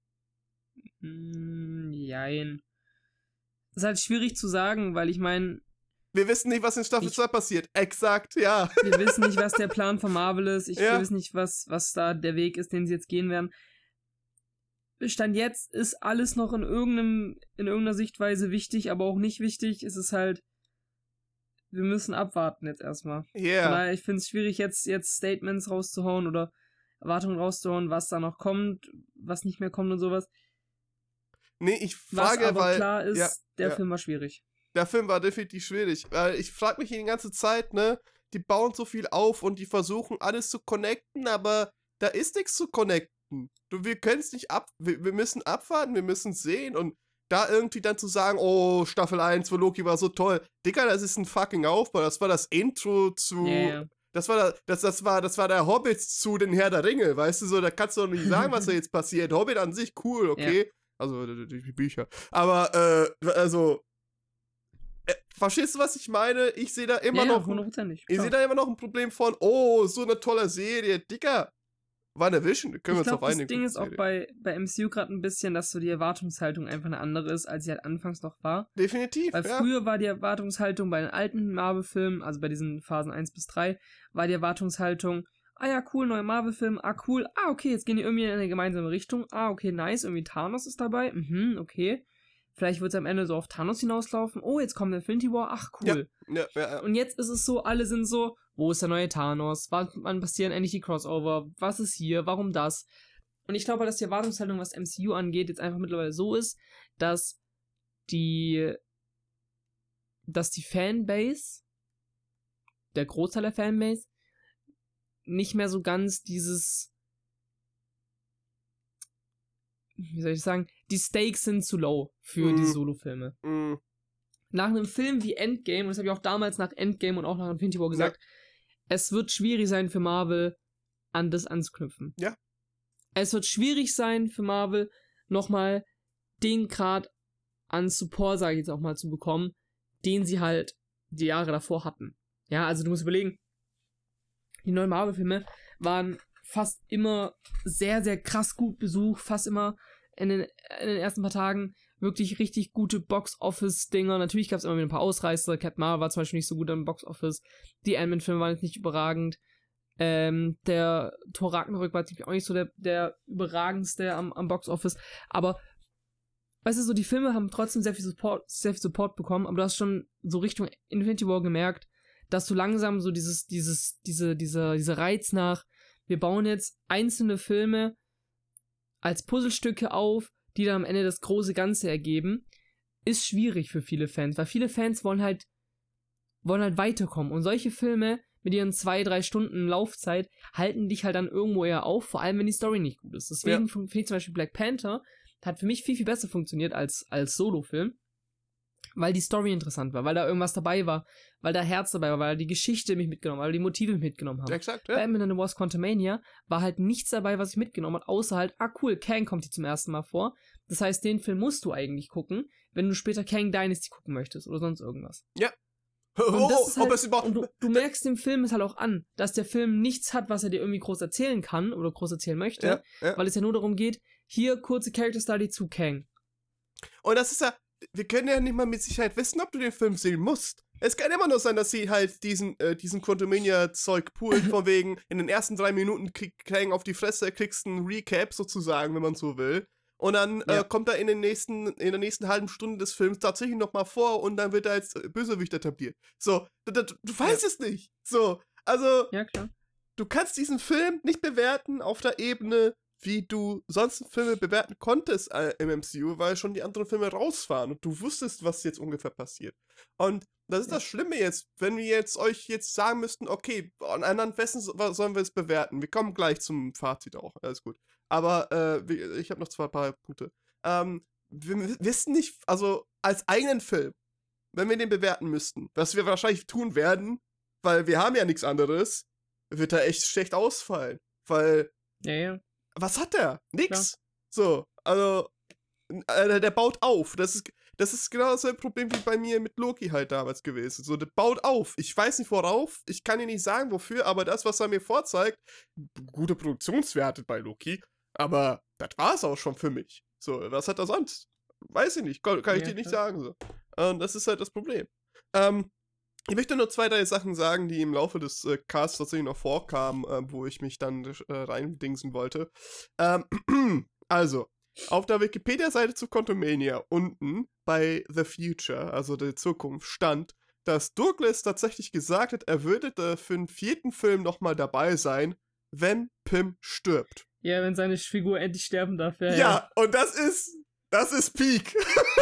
Jein. Das ist halt schwierig zu sagen, weil ich meine... Wir wissen nicht, was in Staffel 2 passiert. Exakt, ja. Wir wissen nicht, was der Plan von Marvel ist. Wir wissen nicht, was da der Weg ist, den sie jetzt gehen werden. Stand jetzt ist alles noch in irgendeiner Sichtweise wichtig, aber auch nicht wichtig. Es ist halt, wir müssen abwarten jetzt erstmal. Yeah. Von daher, ich finde es schwierig, jetzt Statements rauszuhauen oder Erwartungen rauszuhauen, was da noch kommt, was nicht mehr kommt und sowas. Nee, ich frage, was aber weil... klar ist, der Film war schwierig. Der Film war definitiv schwierig. Weil ich frage mich die ganze Zeit, ne, die bauen so viel auf und die versuchen alles zu connecten, aber da ist nichts zu connecten. Wir können es nicht wir müssen abwarten, wir müssen sehen und da irgendwie dann zu sagen, oh, Staffel 1 von Loki war so toll. Digga, das ist ein fucking Aufbau. Das war das Intro zu das war der Hobbit zu den Herr der Ringe, weißt du, so, da kannst du doch nicht sagen, was da jetzt passiert. Hobbit an sich, cool, okay. Ja. Also, die Bücher. Aber, verstehst du, was ich meine? Ich sehe da immer noch. 100%. Ich sehe da immer noch ein Problem von, oh, so eine tolle Serie, Dicker. WandaVision, können wir uns auf einigen. Das Ding ist auch bei MCU gerade ein bisschen, dass so die Erwartungshaltung einfach eine andere ist, als sie halt anfangs noch war. Definitiv, Weil früher war die Erwartungshaltung bei den alten Marvel-Filmen, also bei diesen Phasen 1 bis 3, war die Erwartungshaltung, ah ja, cool, neuer Marvel-Film, ah cool, ah okay, jetzt gehen die irgendwie in eine gemeinsame Richtung, ah okay, nice, irgendwie Thanos ist dabei, okay. Vielleicht wird es am Ende so auf Thanos hinauslaufen. Oh, jetzt kommt Infinity War. Ach, cool. Ja. Und jetzt ist es so, alle sind so, wo ist der neue Thanos? Wann passieren endlich die Crossover? Was ist hier? Warum das? Und ich glaube, dass die Erwartungshaltung, was MCU angeht, jetzt einfach mittlerweile so ist, dass die Fanbase, der Großteil der Fanbase, nicht mehr so ganz dieses, wie soll ich sagen, die Stakes sind zu low für die Solo-Filme. Nach einem Film wie Endgame, und das habe ich auch damals nach Endgame und auch nach Infinity War gesagt, es wird schwierig sein für Marvel, an das anzuknüpfen. Ja. Es wird schwierig sein für Marvel, nochmal den Grad an Support, sage ich jetzt auch mal, zu bekommen, den sie halt die Jahre davor hatten. Ja, also du musst überlegen, die neuen Marvel-Filme waren fast immer sehr, sehr krass gut besucht, fast immer in den ersten paar Tagen wirklich richtig gute Box-Office-Dinger. Natürlich gab es immer wieder ein paar Ausreißer. Captain Marvel war zum Beispiel nicht so gut am Box-Office. Die Ant-Man-Filme waren jetzt nicht überragend. Der Thor Ragnarök war jetzt auch nicht so der überragendste am Box-Office. Aber, weißt du, so die Filme haben trotzdem sehr viel Support bekommen, aber du hast schon so Richtung Infinity War gemerkt, dass du langsam so dieser Reiz nach, wir bauen jetzt einzelne Filme als Puzzlestücke auf, die dann am Ende das große Ganze ergeben, ist schwierig für viele Fans, weil viele Fans wollen halt weiterkommen. Und solche Filme mit ihren 2-3 Stunden Laufzeit halten dich halt dann irgendwo eher auf, vor allem wenn die Story nicht gut ist. Deswegen finde ich zum Beispiel Black Panther, hat für mich viel, viel besser funktioniert als Solo-Film, weil die Story interessant war, weil da irgendwas dabei war, weil da Herz dabei war, weil die Geschichte mich mitgenommen hat, weil die Motive mich mitgenommen haben. Exakt, ja. Bei Ant-Man and the Wasp Quantumania war halt nichts dabei, was ich mitgenommen habe, außer halt, cool, Kang kommt hier zum ersten Mal vor. Das heißt, den Film musst du eigentlich gucken, wenn du später Kang Dynasty gucken möchtest oder sonst irgendwas. Ja. Und das ist halt, und du merkst dem Film es halt auch an, dass der Film nichts hat, was er dir irgendwie groß erzählen kann oder groß erzählen möchte, weil es ja nur darum geht, hier kurze Character Study zu Kang. Und das ist ja, wir können ja nicht mal mit Sicherheit wissen, ob du den Film sehen musst. Es kann immer nur sein, dass sie halt diesen Quantumania-Zeug poolen, von wegen, in den ersten 3 Minuten Kang auf die Fresse, kriegst einen Recap sozusagen, wenn man so will. Und dann kommt er in der nächsten halben Stunde des Films tatsächlich nochmal vor und dann wird er als Bösewicht etabliert. So, du weißt es nicht. So, also, ja, klar. Du kannst diesen Film nicht bewerten auf der Ebene, wie du sonst Filme bewerten konntest im MCU, weil schon die anderen Filme rausfahren und du wusstest, was jetzt ungefähr passiert. Und das ist das Schlimme jetzt, wenn wir jetzt euch jetzt sagen müssten, okay, anhand wessen sollen wir es bewerten? Wir kommen gleich zum Fazit auch, alles gut. Aber ich habe noch 2 paar Punkte. Wir wissen nicht, also als eigenen Film, wenn wir den bewerten müssten, was wir wahrscheinlich tun werden, weil wir haben ja nichts anderes, wird er echt schlecht ausfallen. Weil, was hat der? Nix. Klar. So, also, der baut auf. Das ist genau dasselbe Problem wie bei mir mit Loki halt damals gewesen. So, der baut auf. Ich weiß nicht worauf, ich kann dir nicht sagen wofür, aber das, was er mir vorzeigt, gute Produktionswerte bei Loki, aber das war's auch schon für mich. So, was hat er sonst? Weiß ich nicht, kann ich dir nicht sagen. So. Und das ist halt das Problem. Ich möchte nur 2, 3 Sachen sagen, die im Laufe des Casts tatsächlich noch vorkamen, wo ich mich dann reindingsen wollte. Also, auf der Wikipedia-Seite zu Quantumania unten bei The Future, also der Zukunft, stand, dass Douglas tatsächlich gesagt hat, er würde für den 4. Film nochmal dabei sein, wenn Pym stirbt. Ja, wenn seine Figur endlich sterben darf. Ja, und das ist Peak.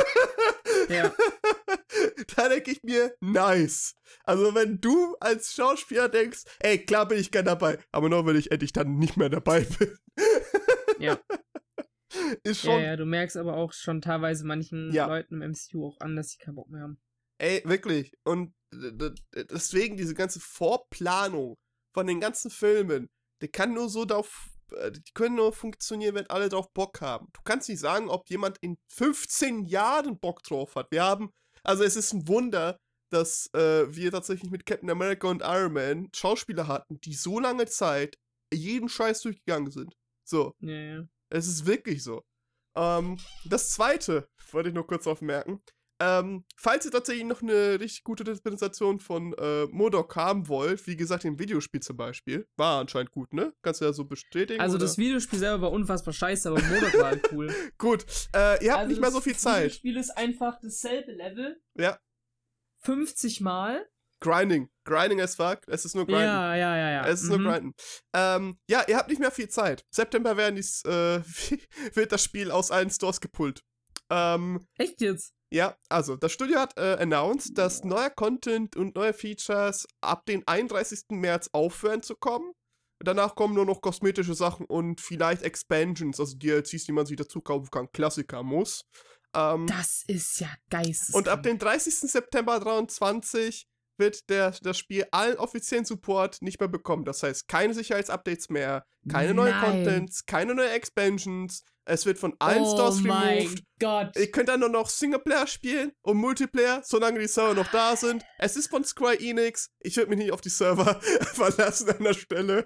Ja. Da denke ich mir, nice. Also wenn du als Schauspieler denkst, ey, klar bin ich gern dabei, aber nur wenn ich endlich dann nicht mehr dabei bin. Ja. Ist schon. Ja, du merkst aber auch schon teilweise manchen Leuten im MCU auch an, dass sie keinen Bock mehr haben. Ey, wirklich. Und deswegen diese ganze Vorplanung von den ganzen Filmen, die können nur funktionieren, wenn alle drauf Bock haben. Du kannst nicht sagen, ob jemand in 15 Jahren Bock drauf hat. Also es ist ein Wunder, dass wir tatsächlich mit Captain America und Iron Man Schauspieler hatten, die so lange Zeit jeden Scheiß durchgegangen sind. So. Ja. Es ist wirklich so. Das zweite, wollte ich noch kurz aufmerken. Falls ihr tatsächlich noch eine richtig gute Repräsentation von MODOK haben wollt, wie gesagt, im Videospiel zum Beispiel, war anscheinend gut, ne? Kannst du ja so bestätigen? Also oder? Das Videospiel selber war unfassbar scheiße, aber MODOK war halt cool. Gut, ihr habt nicht mehr so viel Zeit. Das Videospiel ist einfach dasselbe Level. Ja. 50 Mal. Grinding as fuck. Es ist nur Grinden. Ja. Es ist nur Grinden. Ja, ihr habt nicht mehr viel Zeit. September wird das Spiel aus allen Stores gepullt. Echt jetzt? Ja, also das Studio hat announced, dass neuer Content und neue Features ab den 31. März aufhören zu kommen. Danach kommen nur noch kosmetische Sachen und vielleicht Expansions, also DLCs, die man sich dazu kaufen kann. Klassiker muss. Das ist ja geisteskrank. Und ab dem 30. September 2023 wird das Spiel allen offiziellen Support nicht mehr bekommen. Das heißt, keine Sicherheitsupdates mehr, keine neuen Contents, keine neuen Expansions. Es wird von allen Stores removed. Oh mein Gott. Ihr könnt dann nur noch Singleplayer spielen und Multiplayer, solange die Server noch da sind. Es ist von Square Enix. Ich würde mich nicht auf die Server verlassen an der Stelle.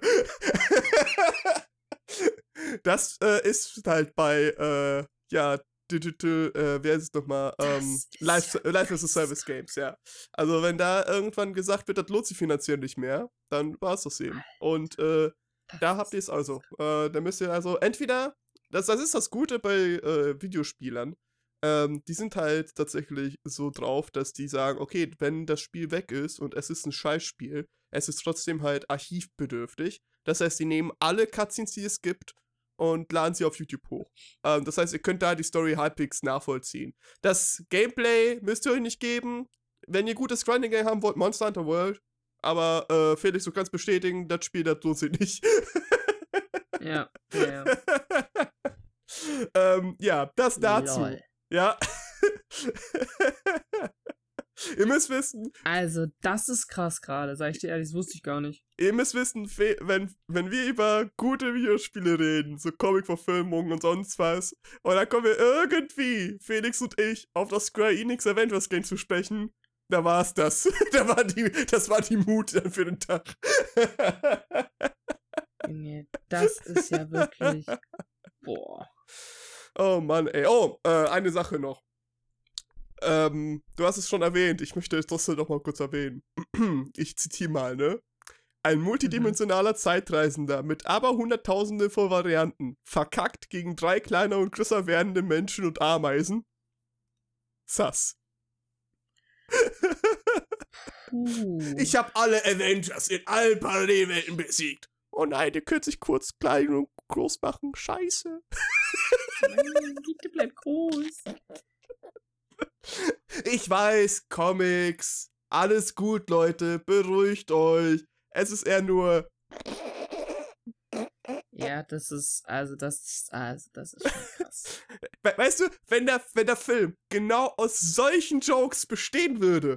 Das ist halt bei, Digital, wer ist es nochmal? Live as a Service Games, ja. Also wenn da irgendwann gesagt wird, das lohnt sich finanziell nicht mehr, dann war es das eben. Und da habt ihr es also. Da müsst ihr also entweder, das ist das Gute bei Videospielern, die sind halt tatsächlich so drauf, dass die sagen, okay, wenn das Spiel weg ist und es ist ein Scheißspiel, es ist trotzdem halt archivbedürftig. Das heißt, die nehmen alle Cutscenes, die es gibt, und laden sie auf YouTube hoch. Das heißt, ihr könnt da die Story halbwegs nachvollziehen. Das Gameplay müsst ihr euch nicht geben. Wenn ihr gutes Grinding-Game haben wollt, Monster Hunter World. Aber Felix, du kannst bestätigen, das Spiel, das lohnt sich nicht. Ja. Ja, das dazu. Lol. Ja. Ihr müsst wissen. Also, das ist krass gerade, sag ich dir ehrlich, das wusste ich gar nicht. Ihr müsst wissen, wenn wir über gute Videospiele reden, so Comic-Verfilmungen und sonst was, und dann kommen wir irgendwie, Felix und ich, auf das Square Enix Avengers Game zu sprechen, da war's das. Das war die Mut für den Tag. Junge, das ist ja wirklich. Boah. Oh Mann, ey. Oh, eine Sache noch. Du hast es schon erwähnt, ich möchte es trotzdem noch mal kurz erwähnen. Ich zitiere mal, ne? Ein multidimensionaler Zeitreisender mit aber Hunderttausende von Varianten verkackt gegen 3 kleiner und größer werdende Menschen und Ameisen. Sass. Ich habe alle Avengers in allen Parallelwelten besiegt. Oh nein, der könnte sich kurz klein und groß machen. Scheiße. Bitte bleib groß. Ich weiß, Comics. Alles gut, Leute. Beruhigt euch. Es ist eher nur. Ja, das ist schon krass. Weißt du, wenn der Film genau aus solchen Jokes bestehen würde.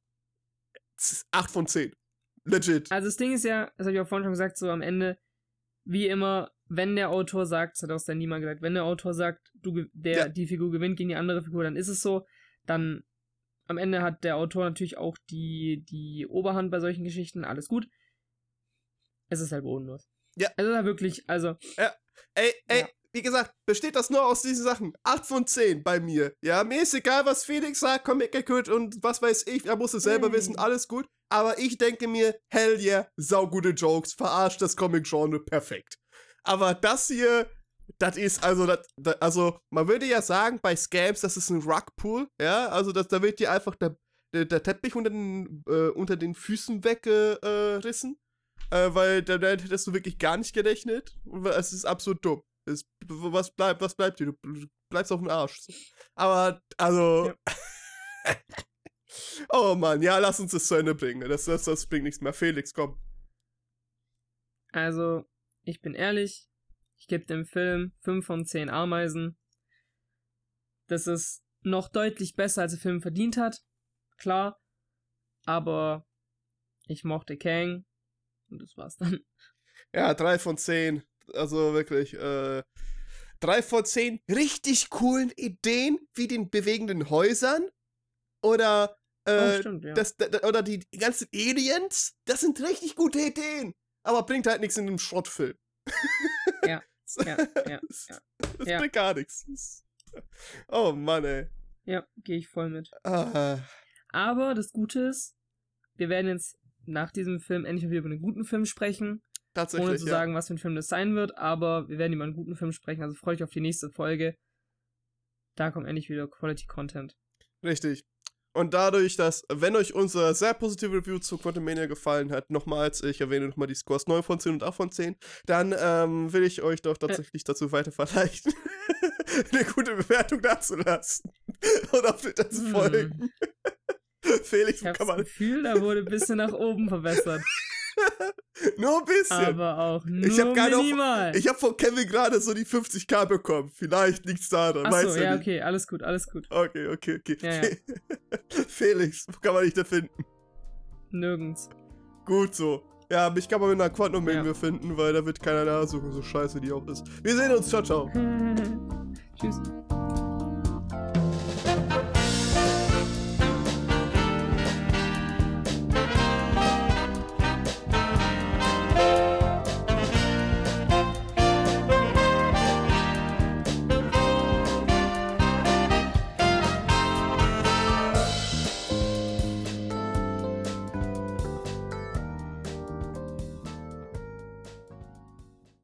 8 von 10. Legit. Also das Ding ist ja, das habe ich auch vorhin schon gesagt, so am Ende, wie immer, wenn der Autor sagt, das hat auch Stan Lee mal gesagt, wenn der Autor sagt, die Figur gewinnt gegen die andere Figur, dann ist es so, dann am Ende hat der Autor natürlich auch die Oberhand bei solchen Geschichten, alles gut. Es ist halt bodenlos. Ja. Also da wirklich, also. Ja. Ey, ja. Wie gesagt, besteht das nur aus diesen Sachen. 8 von 10 bei mir. Ja, mir ist egal, was Felix sagt, Comic Accurate und was weiß ich, er muss es selber wissen, alles gut. Aber ich denke mir, hell yeah, saugute Jokes, verarscht das Comic-Genre, perfekt. Aber das hier, das ist, also man würde ja sagen, bei Scams, das ist ein Rugpull, ja, also da wird dir einfach der Teppich unter den Füßen weggerissen, weil da hättest du wirklich gar nicht gerechnet. Es ist absolut dumm. Was bleibt dir? Du bleibst auf dem Arsch. Aber, also. Ja. Oh Mann, ja, lass uns das zu Ende bringen. Das bringt nichts mehr. Felix, komm. Also, ich bin ehrlich, ich gebe dem Film 5 von 10 Ameisen. Das ist noch deutlich besser, als der Film verdient hat. Klar. Aber ich mochte Kang. Und das war's dann. Ja, 3 von 10. Also wirklich, 3 von 10 richtig coolen Ideen, wie den bewegenden Häusern. Oder, Stimmt, ja. oder die ganzen Aliens. Das sind richtig gute Ideen. Aber bringt halt nichts in einem Schrottfilm. Ja. Das bringt gar nichts. Oh Mann, ey. Ja, gehe ich voll mit. Ah, Aber das Gute ist, wir werden jetzt nach diesem Film endlich mal wieder über einen guten Film sprechen. tatsächlich, Ohne zu sagen, was für ein Film das sein wird, aber wir werden über einen guten Film sprechen, also freut euch auf die nächste Folge. Da kommt endlich wieder Quality Content. Richtig. Und dadurch, dass, wenn euch unser sehr positive Review zu Quantumania gefallen hat, nochmals, ich erwähne nochmal die Scores 9 von 10 und 8 von 10, dann will ich euch doch tatsächlich dazu weiterverleihen, eine gute Bewertung dazulassen. Und auf Twitter zu folgen. Felix, Ich habe kann das man... Gefühl, da wurde ein bisschen nach oben verbessert. Nur ein bisschen. Aber auch nur Ich hab minimal. Ich habe von Kevin gerade so die 50k bekommen. Vielleicht liegt's daran. Achso, ja, nicht. okay, alles gut. Okay. Ja. Felix, wo kann man dich da finden? Nirgends. Gut so. Ja, mich kann man mit einer Quantum-Menge finden, weil da wird keiner nachsuchen, so scheiße die auch ist. Wir sehen uns, ciao, ciao. Tschüss.